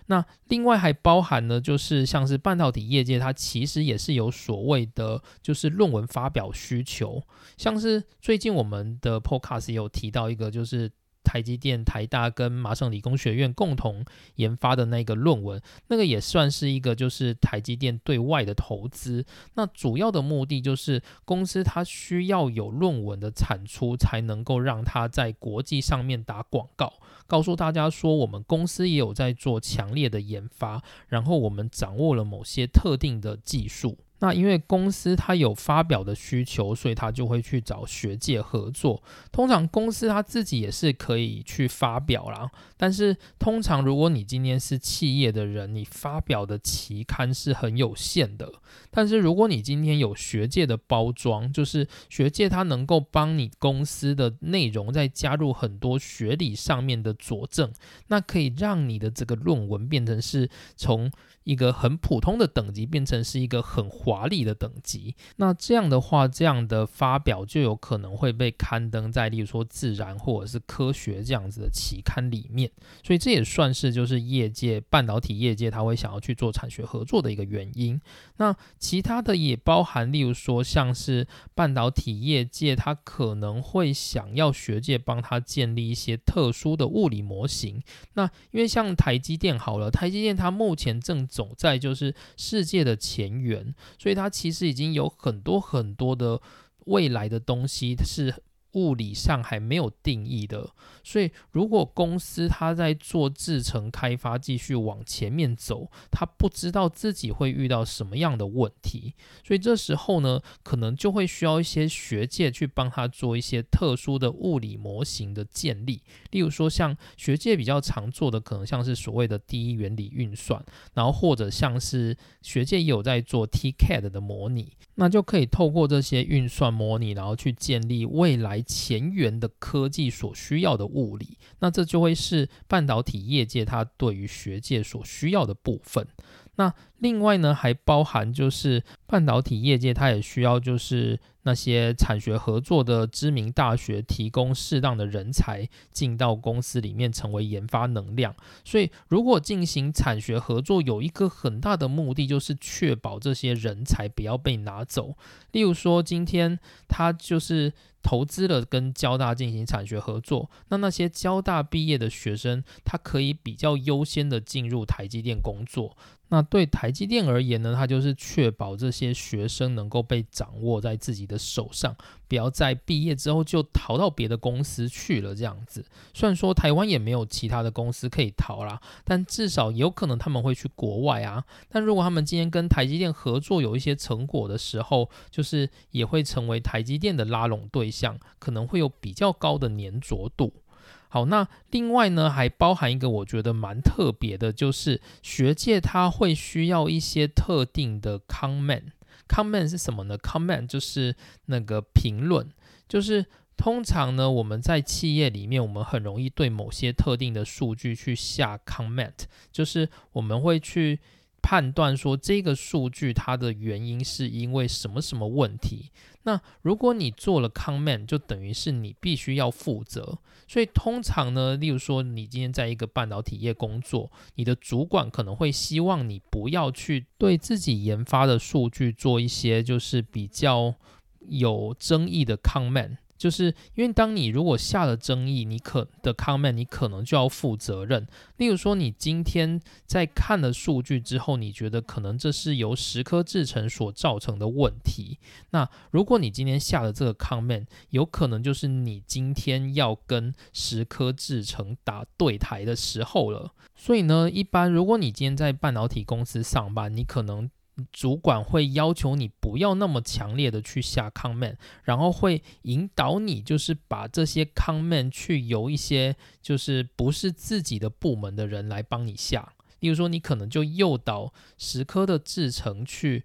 那另外还包含呢，就是像是半导体业界，它其实也是有所谓的就是论文发表需求，像是最近我们的 podcast 也有提到一个，就是台积电、台大跟麻省理工学院共同研发的那个论文，那个也算是一个就是台积电对外的投资。那主要的目的就是公司它需要有论文的产出，才能够让它在国际上面打广告，告诉大家说我们公司也有在做强烈的研发，然后我们掌握了某些特定的技术。那因为公司它有发表的需求，所以它就会去找学界合作。通常公司它自己也是可以去发表啦，但是通常如果你今天是企业的人，你发表的期刊是很有限的。但是如果你今天有学界的包装，就是学界它能够帮你公司的内容再加入很多学理上面的佐证，那可以让你的这个论文变成是从一个很普通的等级变成是一个很华丽的等级。那这样的话，这样的发表就有可能会被刊登在例如说自然或者是科学这样子的期刊里面，所以这也算是就是业界半导体业界他会想要去做产学合作的一个原因。那其他的也包含例如说像是半导体业界他可能会想要学界帮他建立一些特殊的物理模型。那因为像台积电好了，台积电它目前正走在就是世界的前沿，所以它其实已经有很多很多的未来的东西是物理上还没有定义的，所以如果公司它在做制程开发继续往前面走，它不知道自己会遇到什么样的问题，所以这时候呢，可能就会需要一些学界去帮他做一些特殊的物理模型的建立。例如说像学界比较常做的，可能像是所谓的第一原理运算，然后或者像是学界也有在做 TCAD 的模拟，那就可以透过这些运算模拟，然后去建立未来前沿的科技所需要的物理。那这就会是半导体业界它对于学界所需要的部分。那另外呢，还包含就是半导体业界它也需要就是那些产学合作的知名大学提供适当的人才进到公司里面成为研发能量。所以如果进行产学合作，有一个很大的目的就是确保这些人才不要被拿走。例如说今天他就是投资了跟交大进行产学合作，那些交大毕业的学生他可以比较优先的进入台积电工作。那对台积电而言呢，它就是确保这些学生能够被掌握在自己的手上，不要在毕业之后就逃到别的公司去了这样子。虽然说台湾也没有其他的公司可以逃啦，但至少有可能他们会去国外啊。但如果他们今天跟台积电合作有一些成果的时候，就是也会成为台积电的拉拢对象，可能会有比较高的粘着度。好，那另外呢，还包含一个我觉得蛮特别的，就是学界它会需要一些特定的 comment。comment 是什么呢？ comment 就是那个评论，就是通常呢，我们在企业里面，我们很容易对某些特定的数据去下 comment， 就是我们会去判断说这个数据它的原因是因为什么什么问题。那如果你做了 comment， 就等于是你必须要负责。所以通常呢，例如说你今天在一个半导体业工作，你的主管可能会希望你不要去对自己研发的数据做一些就是比较有争议的 comment。就是因为当你如果下了争议，你的 comment 你可能就要负责任。例如说你今天在看了数据之后，你觉得可能这是由蚀刻制程所造成的问题，那如果你今天下了这个 comment， 有可能就是你今天要跟蚀刻制程打对台的时候了。所以呢，一般如果你今天在半导体公司上班，你可能主管会要求你不要那么强烈的去下 comment， 然后会引导你就是把这些 comment 去由一些就是不是自己的部门的人来帮你下。例如说你可能就诱导蚀刻的制程去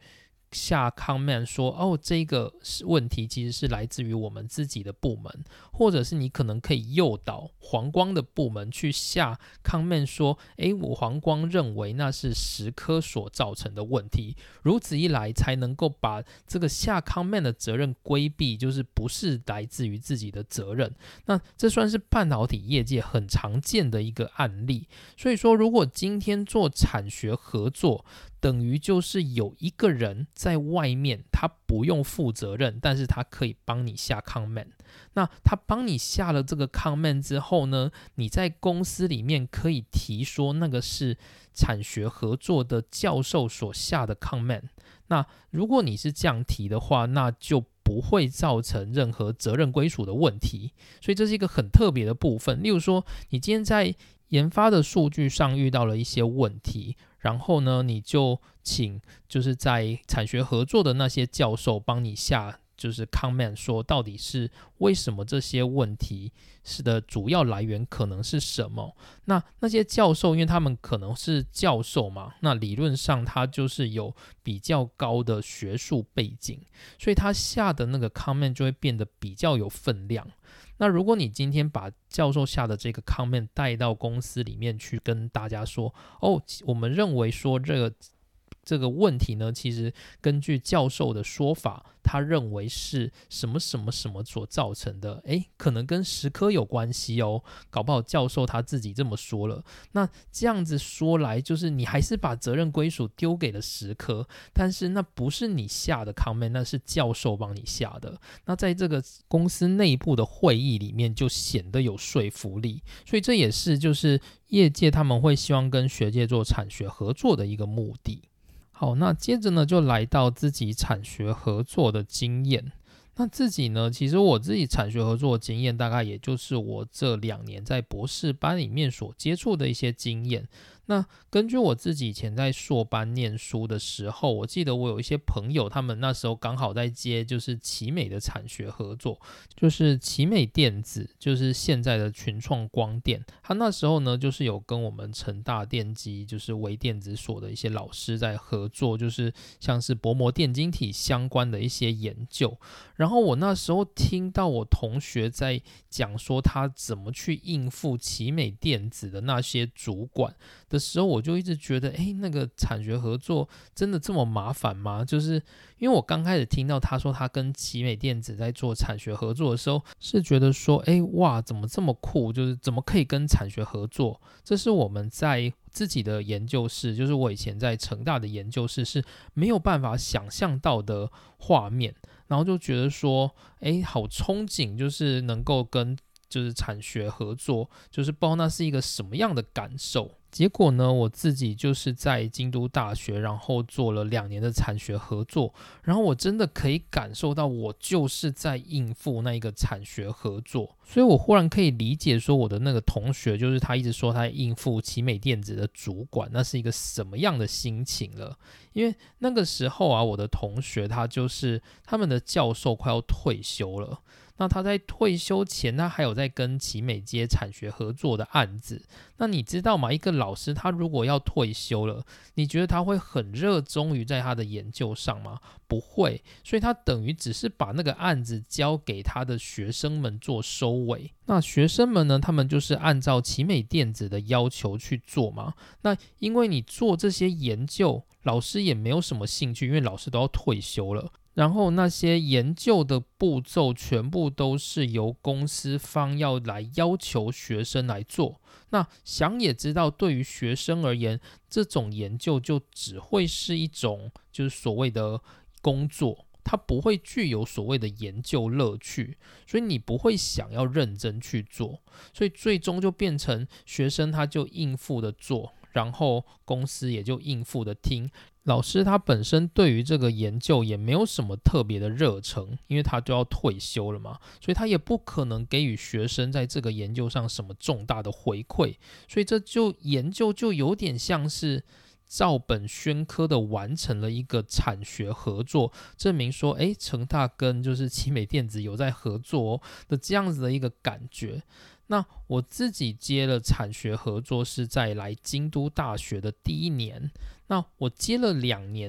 下 comment 说这个问题其实是来自于我们自己的部门，或者是你可能可以诱导黄光的部门去下 comment 说我黄光认为那是时科所造成的问题，如此一来才能够把这个下 comment 的责任规避，就是不是来自于自己的责任。那这算是半导体业界很常见的一个案例。所以说如果今天做产学合作，等于就是有一个人在外面，他不用负责任，但是他可以帮你下 comment。那他帮你下了这个 comment 之后呢，你在公司里面可以提说那个是产学合作的教授所下的 comment。那如果你是这样提的话，那就不会造成任何责任归属的问题。所以这是一个很特别的部分。例如说，你今天在研发的数据上遇到了一些问题，然后呢，你就请就是在产学合作的那些教授帮你下就是 comment 说到底是为什么这些问题是的主要来源可能是什么。那些教授因为他们可能是教授嘛，那理论上他就是有比较高的学术背景，所以他下的那个 comment 就会变得比较有分量。那如果你今天把教授下的这个 comment 带到公司里面去跟大家说，我们认为说这个问题呢，其实根据教授的说法，他认为是什么什么什么所造成的，可能跟时科有关系哦，搞不好教授他自己这么说了。那这样子说来，就是你还是把责任归属丢给了时科，但是那不是你下的 comment， 那是教授帮你下的。那在这个公司内部的会议里面，就显得有说服力。所以这也是就是业界他们会希望跟学界做产学合作的一个目的。好，那接着呢，就来到自己产学合作的经验。那自己呢，其实我自己产学合作的经验，大概也就是我这2年在博士班里面所接触的一些经验。那根据我自己以前在硕班念书的时候，我记得我有一些朋友，他们那时候刚好在接就是奇美的产学合作，就是奇美电子，就是现在的群创光电，他那时候呢就是有跟我们成大电机就是微电子所的一些老师在合作，就是像是薄膜电晶体相关的一些研究。然后我那时候听到我同学在讲说他怎么去应付奇美电子的那些主管的时候，我就一直觉得那个产学合作真的这么麻烦吗？就是因为我刚开始听到他说他跟奇美电子在做产学合作的时候，是觉得说哇怎么这么酷，就是怎么可以跟产学合作。这是我们在自己的研究室，就是我以前在成大的研究室是没有办法想象到的画面，然后就觉得说好憧憬，就是能够跟就是产学合作，就是不知道那是一个什么样的感受。结果呢，我自己就是在京都大学，然后做了2年的产学合作，然后我真的可以感受到我就是在应付那一个产学合作，所以我忽然可以理解说我的那个同学，就是他一直说他在应付奇美电子的主管，那是一个什么样的心情了。因为那个时候啊，我的同学他就是他们的教授快要退休了，那他在退休前，他还有在跟奇美接产学合作的案子。那你知道吗？一个老师他如果要退休了，你觉得他会很热衷于在他的研究上吗？不会，所以他等于只是把那个案子交给他的学生们做收尾。那学生们呢，他们就是按照奇美电子的要求去做嘛。那因为你做这些研究，老师也没有什么兴趣，因为老师都要退休了。然后那些研究的步骤全部都是由公司方要来要求学生来做。那想也知道，对于学生而言，这种研究就只会是一种就是所谓的工作，它不会具有所谓的研究乐趣，所以你不会想要认真去做，所以最终就变成学生他就应付的做，然后公司也就应付的听。老师他本身对于这个研究也没有什么特别的热忱，因为他就要退休了嘛，所以他也不可能给予学生在这个研究上什么重大的回馈，所以这就研究就有点像是照本宣科的完成了一个产学合作，证明说成大跟就是奇美电子有在合作的这样子的一个感觉。那我自己接了产学合作是在来京都大学的第1年，那我接了2年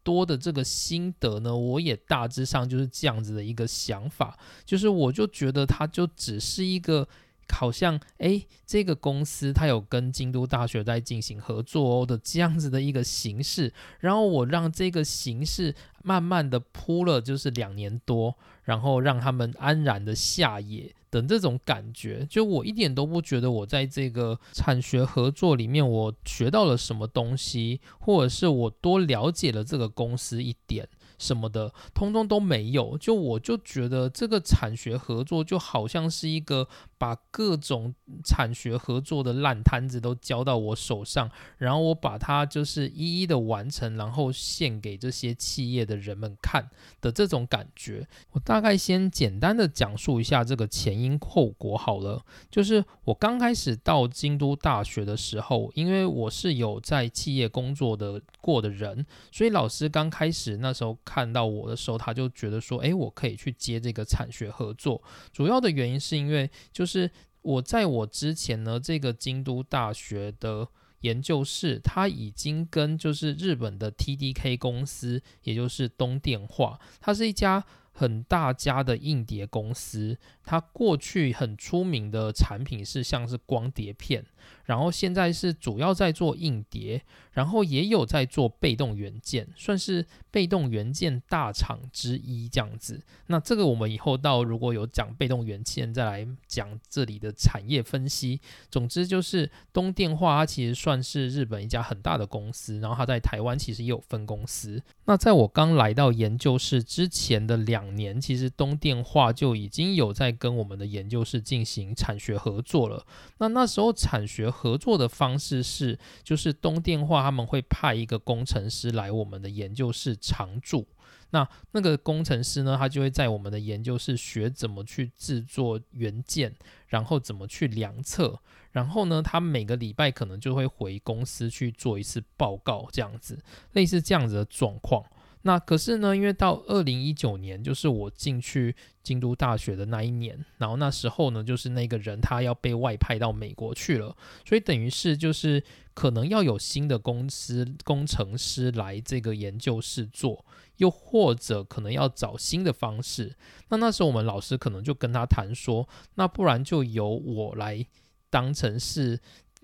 多的这个心得呢，我也大致上就是这样子的一个想法，就是我就觉得它就只是一个好像这个公司它有跟京都大学在进行合作的这样子的一个形式，然后我让这个形式慢慢的铺了就是2年多，然后让他们安然的下野的这种感觉，就我一点都不觉得我在这个产学合作里面我学到了什么东西，或者是我多了解了这个公司一点什么的，通通都没有。我就觉得这个产学合作就好像是一个把各种产学合作的烂摊子都交到我手上，然后我把它就是一一的完成，然后献给这些企业的人们看的这种感觉。我大概先简单的讲述一下这个前因后果好了。就是我刚开始到京都大学的时候，因为我是有在企业工作过的人，所以老师刚开始那时候看到我的时候，他就觉得说我可以去接这个产学合作。主要的原因是因为就是我在我之前呢，这个京都大学的研究室，它已经跟就是日本的 TDK 公司，也就是东电化，它是一家很大家的硬碟公司，它过去很出名的产品是像是光碟片，然后现在是主要在做硬碟，然后也有在做被动元件，算是被动元件大厂之一这样子。那这个我们以后如果有讲被动元件再来讲这里的产业分析。总之就是东电化它其实算是日本一家很大的公司，然后它在台湾其实也有分公司。那在我刚来到研究室之前的2年，其实东电化就已经有在跟我们的研究室进行产学合作了。那时候产学合作的方式是，就是东电化他们会派一个工程师来我们的研究室常驻。那个工程师呢，他就会在我们的研究室学怎么去制作元件，然后怎么去量测，然后呢，他每个礼拜可能就会回公司去做一次报告，这样子，类似这样子的状况。那可是呢，因为到2019年，就是我进去京都大学的那一年，然后那时候呢，就是那个人他要被外派到美国去了，所以等于是就是可能要有新的工程师来这个研究室做，又或者可能要找新的方式。那时候我们老师可能就跟他谈说，那不然就由我来当成是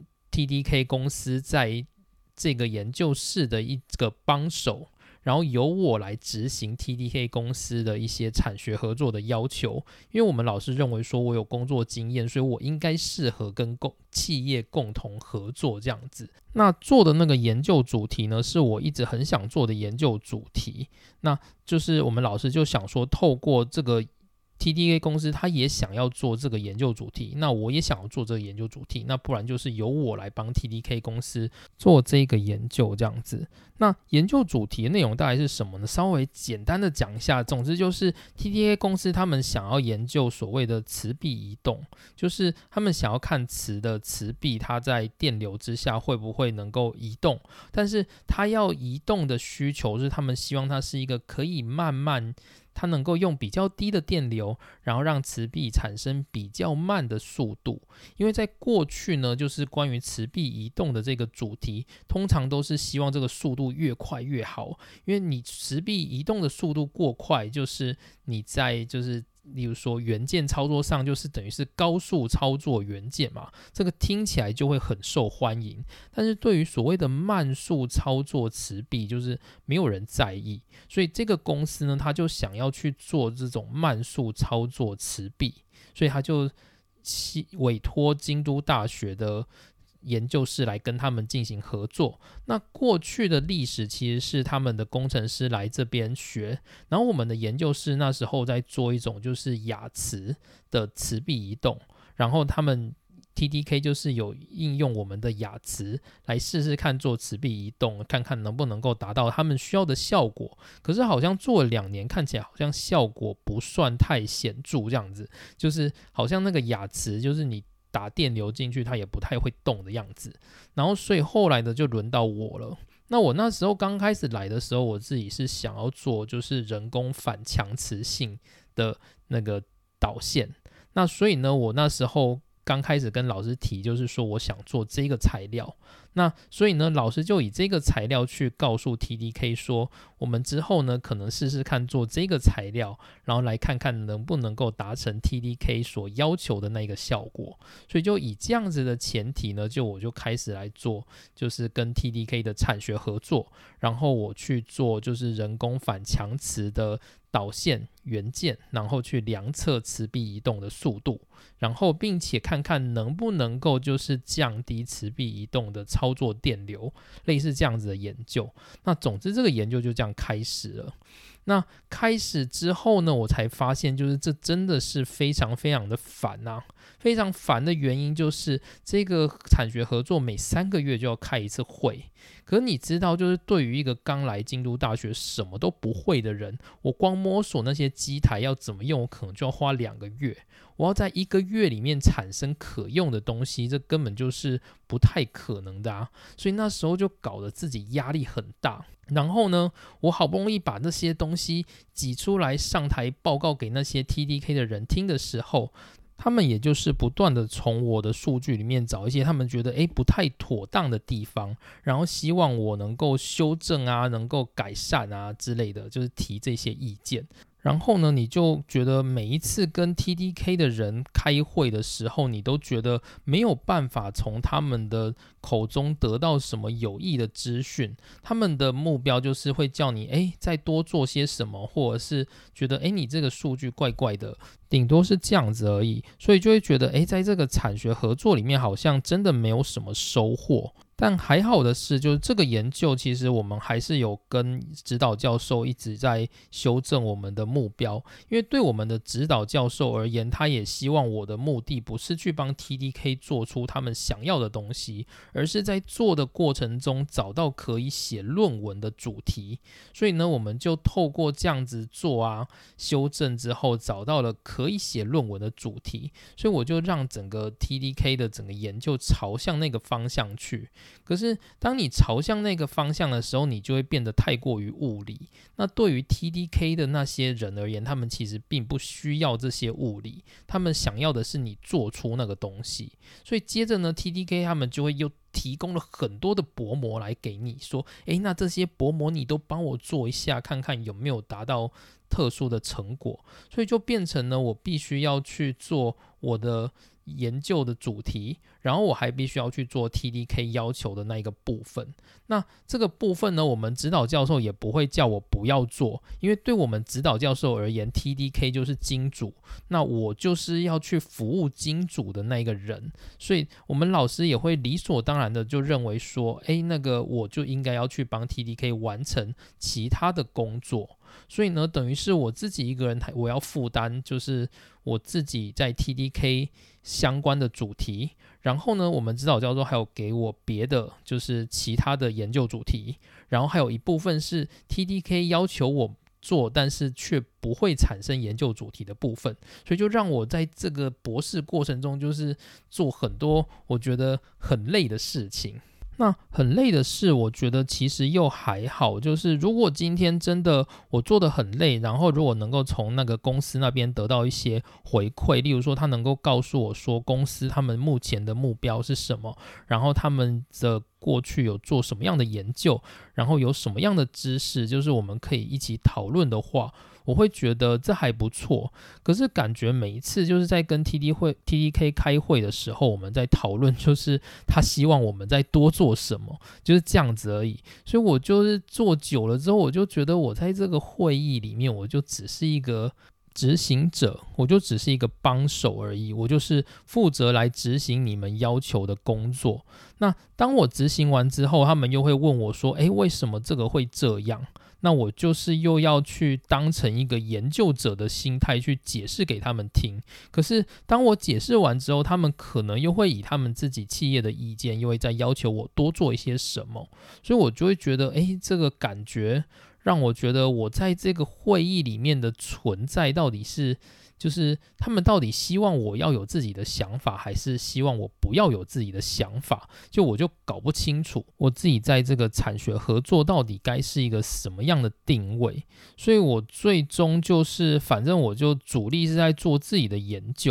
TDK 公司在这个研究室的一个帮手，然后由我来执行 TDK 公司的一些产学合作的要求。因为我们老师认为说我有工作经验，所以我应该适合跟企业共同合作这样子。那做的那个研究主题呢，是我一直很想做的研究主题。那就是我们老师就想说，透过这个TDK 公司他也想要做这个研究主题，那我也想要做这个研究主题，那不然就是由我来帮 TDK 公司做这个研究这样子。那研究主题的内容大概是什么呢？稍微简单的讲一下。总之就是 TDK 公司他们想要研究所谓的磁壁移动，就是他们想要看磁壁它在电流之下会不会能够移动，但是它要移动的需求是他们希望它是一个可以慢慢，它能够用比较低的电流，然后让磁壁产生比较慢的速度。因为在过去呢，就是关于磁壁移动的这个主题，通常都是希望这个速度越快越好。因为你磁壁移动的速度过快，就是你在就是例如说元件操作上，就是等于是高速操作元件嘛，这个听起来就会很受欢迎。但是对于所谓的慢速操作磁壁，就是没有人在意，所以这个公司呢，他就想要去做这种慢速操作磁壁，所以他就委托京都大学的研究室来跟他们进行合作。那过去的历史其实是他们的工程师来这边学，然后我们的研究室那时候在做一种就是亚磁的磁壁移动，然后他们 TDK 就是有应用我们的亚磁来试试看做磁壁移动，看看能不能够达到他们需要的效果。可是好像做了2年，看起来好像效果不算太显著这样子，就是好像那个亚磁就是你打电流进去它也不太会动的样子。然后所以后来的就轮到我了。那我那时候刚开始来的时候，我自己是想要做就是人工反强磁性的那个导线。那所以呢，我那时候刚开始跟老师提，就是说我想做这个材料。 那所以呢，老师就以这个材料去告诉 TDK 说，我们之后呢可能试试看做这个材料，然后来看看能不能够达成 TDK 所要求的那个效果。所以就以这样子的前提呢，我就开始来做，就是跟 TDK 的产学合作，然后我去做就是人工反强磁的导线元件，然后去量测磁臂移动的速度，然后并且看看能不能够就是降低磁臂移动的操作电流，类似这样子的研究。那总之这个研究就这样开始了。那开始之后呢，我才发现就是这真的是非常非常的烦啊。非常烦的原因就是这个产学合作每3个月就要开一次会，可是你知道就是对于一个刚来京都大学什么都不会的人，我光摸索那些机台要怎么用，我可能就要花2个月，我要在1个月里面产生可用的东西，这根本就是不太可能的啊。所以那时候就搞得自己压力很大。然后呢，我好不容易把这些东西挤出来上台报告给那些 TDK 的人听的时候，他们也就是不断的从我的数据里面找一些他们觉得不太妥当的地方，然后希望我能够修正啊，能够改善啊之类的，就是提这些意见。然后呢，你就觉得每一次跟 TDK 的人开会的时候，你都觉得没有办法从他们的口中得到什么有益的资讯。他们的目标就是会叫你再多做些什么，或者是觉得你这个数据怪怪的，顶多是这样子而已。所以就会觉得在这个产学合作里面好像真的没有什么收获。但还好的是，就是这个研究其实我们还是有跟指导教授一直在修正我们的目标，因为对我们的指导教授而言，他也希望我的目的不是去帮 TDK 做出他们想要的东西，而是在做的过程中找到可以写论文的主题。所以呢，我们就透过这样子做啊，修正之后找到了可以写论文的主题，所以我就让整个 TDK 的整个研究朝向那个方向去。可是当你朝向那个方向的时候，你就会变得太过于物理。那对于 TDK 的那些人而言，他们其实并不需要这些物理，他们想要的是你做出那个东西。所以接着呢， TDK 他们就会又提供了很多的薄膜来给你说，那这些薄膜你都帮我做一下，看看有没有达到特殊的成果。所以就变成呢，我必须要去做我的研究的主题，然后我还必须要去做 TDK 要求的那一个部分。那这个部分呢，我们指导教授也不会叫我不要做，因为对我们指导教授而言， TDK 就是金主，那我就是要去服务金主的那一个人，所以我们老师也会理所当然的就认为说，那个我就应该要去帮 TDK 完成其他的工作。所以呢，等于是我自己一个人，我要负担就是我自己在 TDK 相关的主题，然后呢，我们指导教授还有给我别的就是其他的研究主题，然后还有一部分是 TDK 要求我做，但是却不会产生研究主题的部分，所以就让我在这个博士过程中就是做很多我觉得很累的事情。那很累的事，我觉得其实又还好，就是如果今天真的我做得很累，然后如果能够从那个公司那边得到一些回馈，例如说他能够告诉我说公司他们目前的目标是什么，然后他们的过去有做什么样的研究，然后有什么样的知识，就是我们可以一起讨论的话，我会觉得这还不错。可是感觉每一次就是在跟 TDK 开会的时候，我们在讨论就是他希望我们再多做什么，就是这样子而已。所以我就是做久了之后，我就觉得我在这个会议里面，我就只是一个执行者，我就只是一个帮手而已，我就是负责来执行你们要求的工作。那当我执行完之后，他们又会问我说，为什么这个会这样？那我就是又要去当成一个研究者的心态去解释给他们听。可是当我解释完之后，他们可能又会以他们自己企业的意见，又会再要求我多做一些什么。所以我就会觉得，这个感觉让我觉得我在这个会议里面的存在到底是，就是他们到底希望我要有自己的想法，还是希望我不要有自己的想法，我就搞不清楚我自己在这个产学合作到底该是一个什么样的定位。所以我最终就是反正我就主力是在做自己的研究，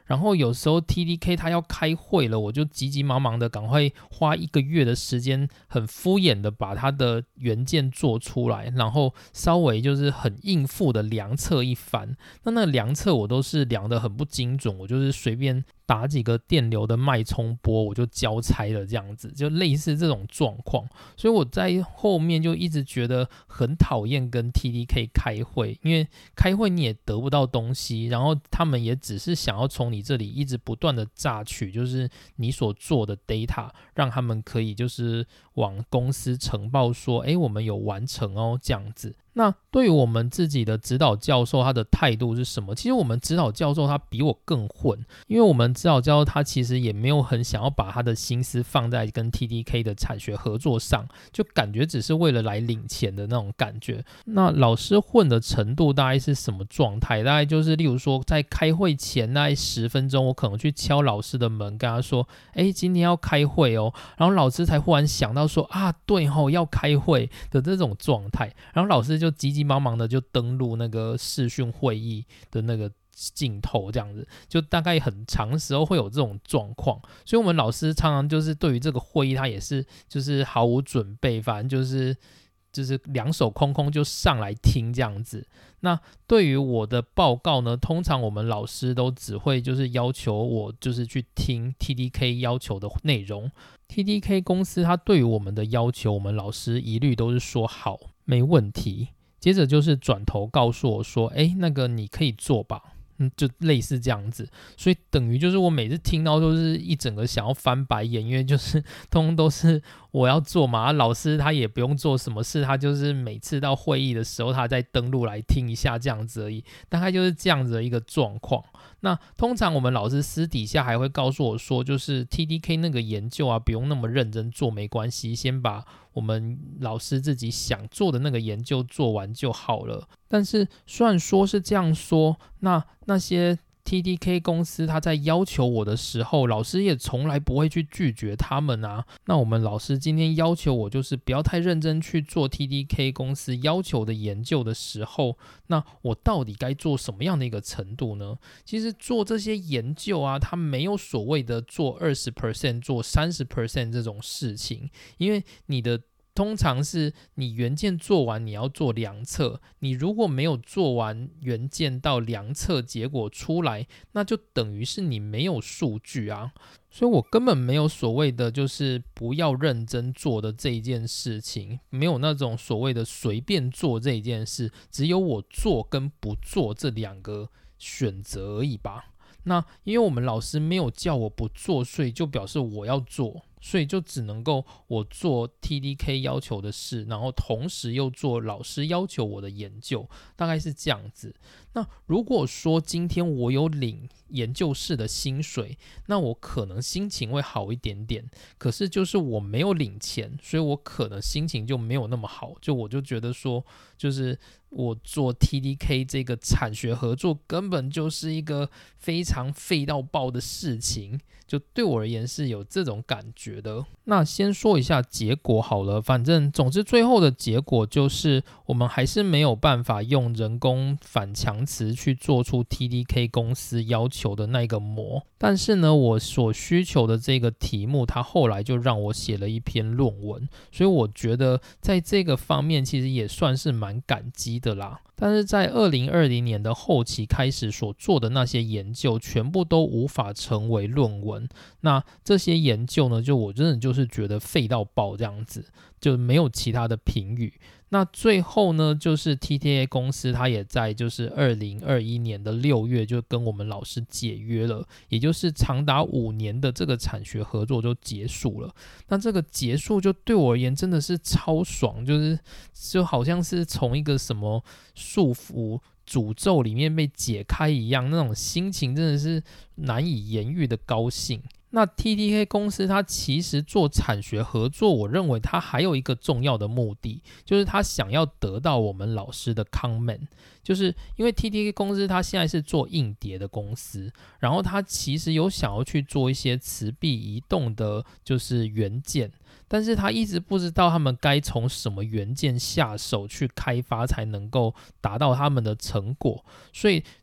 然后有时候 TDK 他要开会了，我就急急忙忙的赶快花1个月的时间，很敷衍的把他的元件做出来，然后稍微就是很应付的量测一番。那量测我都是量得很不精准，我就是随便打几个电流的脉冲波我就交差了，这样子就类似这种状况。所以我在后面就一直觉得很讨厌跟 TDK 开会，因为开会你也得不到东西，然后他们也只是想要从你这里一直不断的榨取就是你所做的 data， 让他们可以就是往公司呈报说我们有完成哦，这样子。那对于我们自己的指导教授他的态度是什么？其实我们指导教授他比我更混，因为我们指导教授他其实也没有很想要把他的心思放在跟 TDK 的产学合作上，就感觉只是为了来领钱的那种感觉。那老师混的程度大概是什么状态？大概就是例如说在开会前大概10分钟，我可能去敲老师的门跟他说今天要开会哦，然后老师才忽然想到说对哦，要开会的这种状态，然后老师就急急忙忙的就登录那个视讯会议的那个镜头，这样子就大概很长时候会有这种状况。所以我们老师常常就是对于这个会议他也是就是毫无准备，反正就是两手空空就上来听这样子。那对于我的报告呢，通常我们老师都只会就是要求我就是去听 TDK 要求的内容。TDK 公司他对于我们的要求，我们老师一律都是说好，没问题。接着就是转头告诉我说那个你可以做吧，就类似这样子。所以等于就是我每次听到都是一整个想要翻白眼，因为就是通通都是我要做嘛，老师他也不用做什么事，他就是每次到会议的时候他再登录来听一下这样子而已，大概就是这样子的一个状况。那通常我们老师私底下还会告诉我说，就是 TDK 那个研究不用那么认真做，没关系，先把我们老师自己想做的那个研究做完就好了。但是虽然说是这样说，那些TDK 公司他在要求我的时候，老师也从来不会去拒绝他们啊。那我们老师今天要求我就是不要太认真去做 TDK 公司要求的研究的时候，那我到底该做什么样的一个程度呢？其实做这些研究它没有所谓的做 20% 做 30% 这种事情，因为你的通常是你元件做完你要做量测，你如果没有做完元件到量测结果出来，那就等于是你没有数据啊。所以我根本没有所谓的就是不要认真做的这一件事情，没有那种所谓的随便做这一件事，只有我做跟不做这2个选择而已吧。那因为我们老师没有叫我不做，所以就表示我要做，所以就只能够我做 TDK 要求的事，然后同时又做老师要求我的研究，大概是这样子。那如果说今天我有领研究室的薪水，那我可能心情会好一点点，可是就是我没有领钱，所以我可能心情就没有那么好，我就觉得说就是我做 TDK 这个产学合作根本就是一个非常废到爆的事情，就对我而言是有这种感觉的。那先说一下结果好了，反正总之最后的结果就是我们还是没有办法用人工反强磁去做出 TDK 公司要求的那个模，但是呢我所需求的这个题目它后来就让我写了一篇论文，所以我觉得在这个方面其实也算是蛮感激的啦。但是在2020年的后期开始所做的那些研究全部都无法成为论文，那这些研究呢我真的就是觉得废到爆这样子，就没有其他的评语。那最后呢就是 TDK 公司它也在就是2021年的6月就跟我们老师解约了，也就是长达5年的这个产学合作就结束了。那这个结束就对我而言真的是超爽，就好像是从一个什么束缚诅咒里面被解开一样，那种心情真的是难以言喻的高兴。那 TDK 公司它其实做产学合作，我认为它还有一个重要的目的，就是它想要得到我们老师的 comment， 就是因为 TDK 公司它现在是做硬碟的公司，然后它其实有想要去做一些磁臂移动的就是元件，但是他一直不知道他们该从什么元件下手去开发才能够达到他们的成果，所以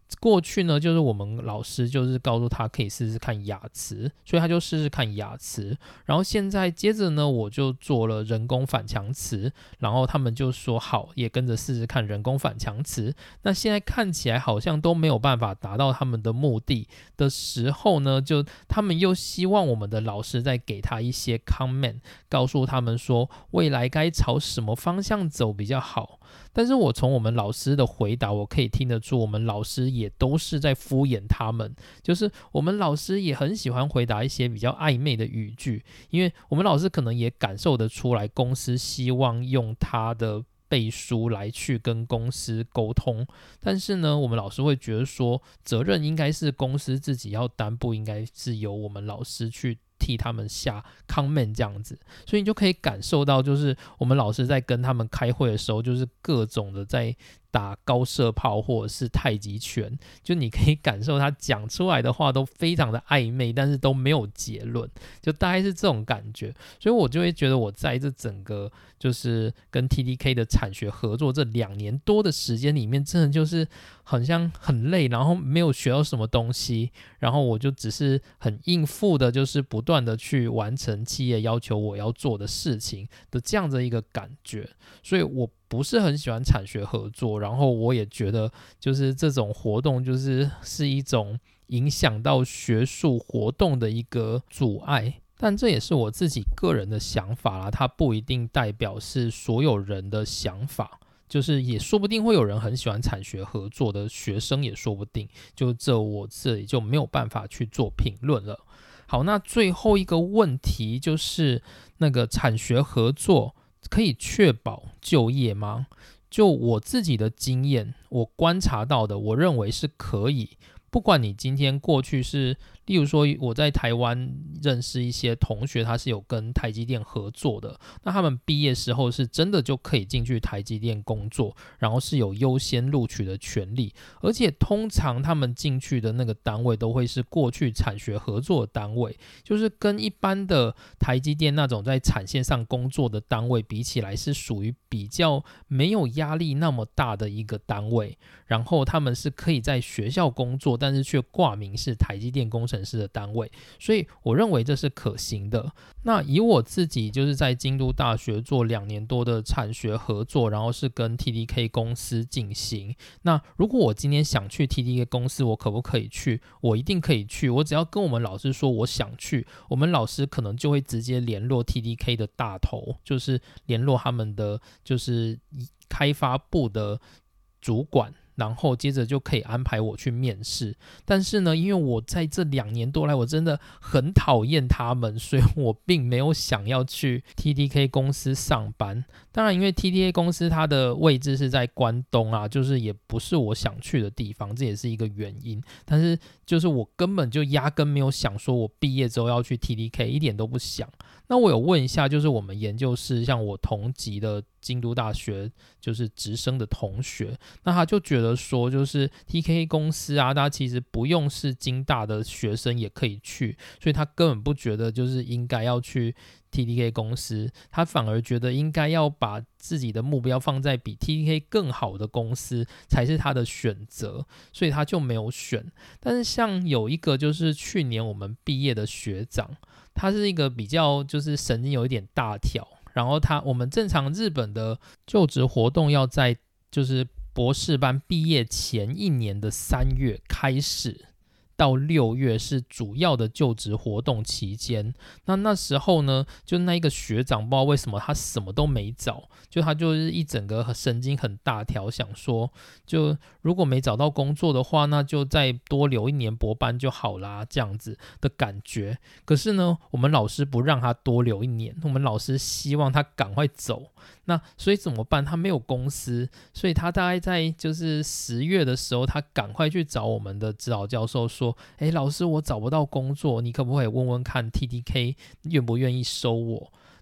过去呢，就是我们老师就是告诉他可以试试看雅思，所以他就试试看雅思。然后现在接着呢，我就做了人工反强词，然后他们就说好，也跟着试试看人工反强词。那现在看起来好像都没有办法达到他们的目的的时候呢，就他们又希望我们的老师再给他一些 comment， 告诉他们说未来该朝什么方向走比较好。但是我从我们老师的回答，我可以听得出，我们老师也都是在敷衍他们，就是我们老师也很喜欢回答一些比较暧昧的语句，因为我们老师可能也感受得出来，公司希望用他的背书来去跟公司沟通，但是呢，我们老师会觉得说，责任应该是公司自己要担，不应该是由我们老师去替他们下 comment 这样子。所以你就可以感受到，就是我们老师在跟他们开会的时候，就是各种的在打高射炮或者是太极拳，就你可以感受他讲出来的话都非常的暧昧，但是都没有结论，就大概是这种感觉。所以我就会觉得我在这整个就是跟 TDK 的产学合作这2年多的时间里面，真的就是好像很累，然后没有学到什么东西，然后我就只是很应付的，就是不断的去完成企业要求我要做的事情的这样的一个感觉。所以我不是很喜欢产学合作，然后我也觉得就是这种活动是一种影响到学术活动的一个阻碍，但这也是我自己个人的想法啦，它不一定代表是所有人的想法，就是也说不定会有人很喜欢产学合作的学生也说不定，就我这里就没有办法去做评论了。好，那最后一个问题就是那个产学合作可以确保就业吗？就我自己的经验，我观察到的，我认为是可以。不管你今天过去是，例如说我在台湾认识一些同学，他是有跟台积电合作的，那他们毕业时候是真的就可以进去台积电工作，然后是有优先录取的权利，而且通常他们进去的那个单位都会是过去产学合作的单位，就是跟一般的台积电那种在产线上工作的单位比起来，是属于比较没有压力那么大的一个单位，然后他们是可以在学校工作，但是却挂名是台积电工程师的单位，所以我认为这是可行的。那以我自己就是在京都大学做2年多的产学合作，然后是跟 TDK 公司进行。那如果我今天想去 TDK 公司，我可不可以去？我一定可以去，我只要跟我们老师说我想去，我们老师可能就会直接联络 TDK 的大头，就是联络他们的就是开发部的主管，然后接着就可以安排我去面试。但是呢，因为我在这2年多来我真的很讨厌他们，所以我并没有想要去 TDK 公司上班。当然因为 TDK 公司它的位置是在关东啊，就是也不是我想去的地方，这也是一个原因。但是就是我根本就压根没有想说我毕业之后要去 TDK， 一点都不想。那我有问一下，就是我们研究室像我同级的京都大学就是直升的同学，那他就觉得说，就是 TDK 公司啊，他其实不用是京大的学生也可以去，所以他根本不觉得就是应该要去 TDK 公司，他反而觉得应该要把自己的目标放在比 TDK 更好的公司才是他的选择，所以他就没有选。但是像有一个就是去年我们毕业的学长，他是一个比较就是神经有一点大条，然后我们正常日本的就职活动要在就是博士班毕业前1年的3月开始，到6月是主要的就职活动期间。那时候呢，就那一个学长不知道为什么他什么都没找，就他就是一整个神经很大条，想说就如果没找到工作的话，那就再多留1年博班就好啦，这样子的感觉。可是呢，我们老师不让他多留1年，我们老师希望他赶快走。那所以怎么办？他没有公司，所以他大概在就是10月的时候，他赶快去找我们的指导教授说，老师我找不到工作，你可不可以问问看 TDK 愿不愿意收我？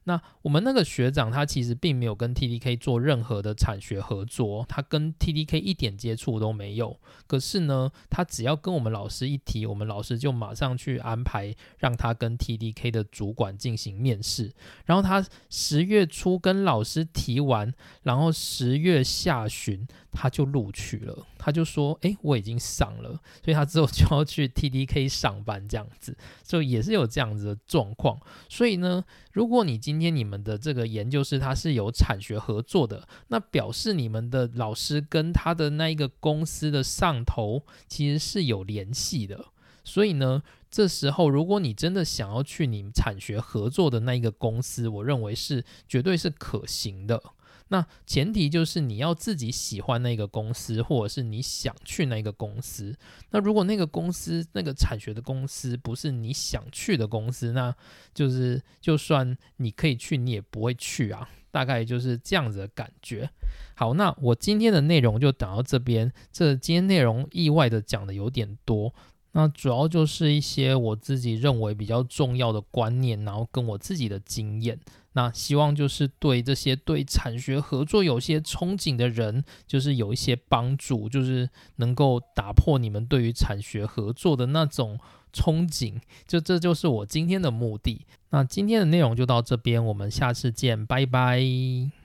那我们那个学长他其实并没有跟 TDK 做任何的产学合作，他跟 TDK 一点接触都没有。可是呢，他只要跟我们老师一提，我们老师就马上去安排让他跟 TDK 的主管进行面试。然后他10月初跟老师提完，然后10月下旬他就录取了。他就说我已经上了，所以他之后就要去 TDK 上班这样子，所以也是有这样子的状况。所以呢，如果你今天你们的这个研究室它是有产学合作的，那表示你们的老师跟他的那一个公司的上头其实是有联系的。所以呢，这时候如果你真的想要去你们产学合作的那一个公司，我认为是绝对是可行的。那前提就是你要自己喜欢那个公司，或者是你想去那个公司。那如果那个公司那个产学的公司不是你想去的公司，那就是就算你可以去，你也不会去啊，大概就是这样子的感觉。好，那我今天的内容就讲到这边。今天内容意外的讲的有点多，那主要就是一些我自己认为比较重要的观念，然后跟我自己的经验。那希望就是对这些对产学合作有些憧憬的人，就是有一些帮助，就是能够打破你们对于产学合作的那种憧憬，这就是我今天的目的。那今天的内容就到这边，我们下次见，拜拜。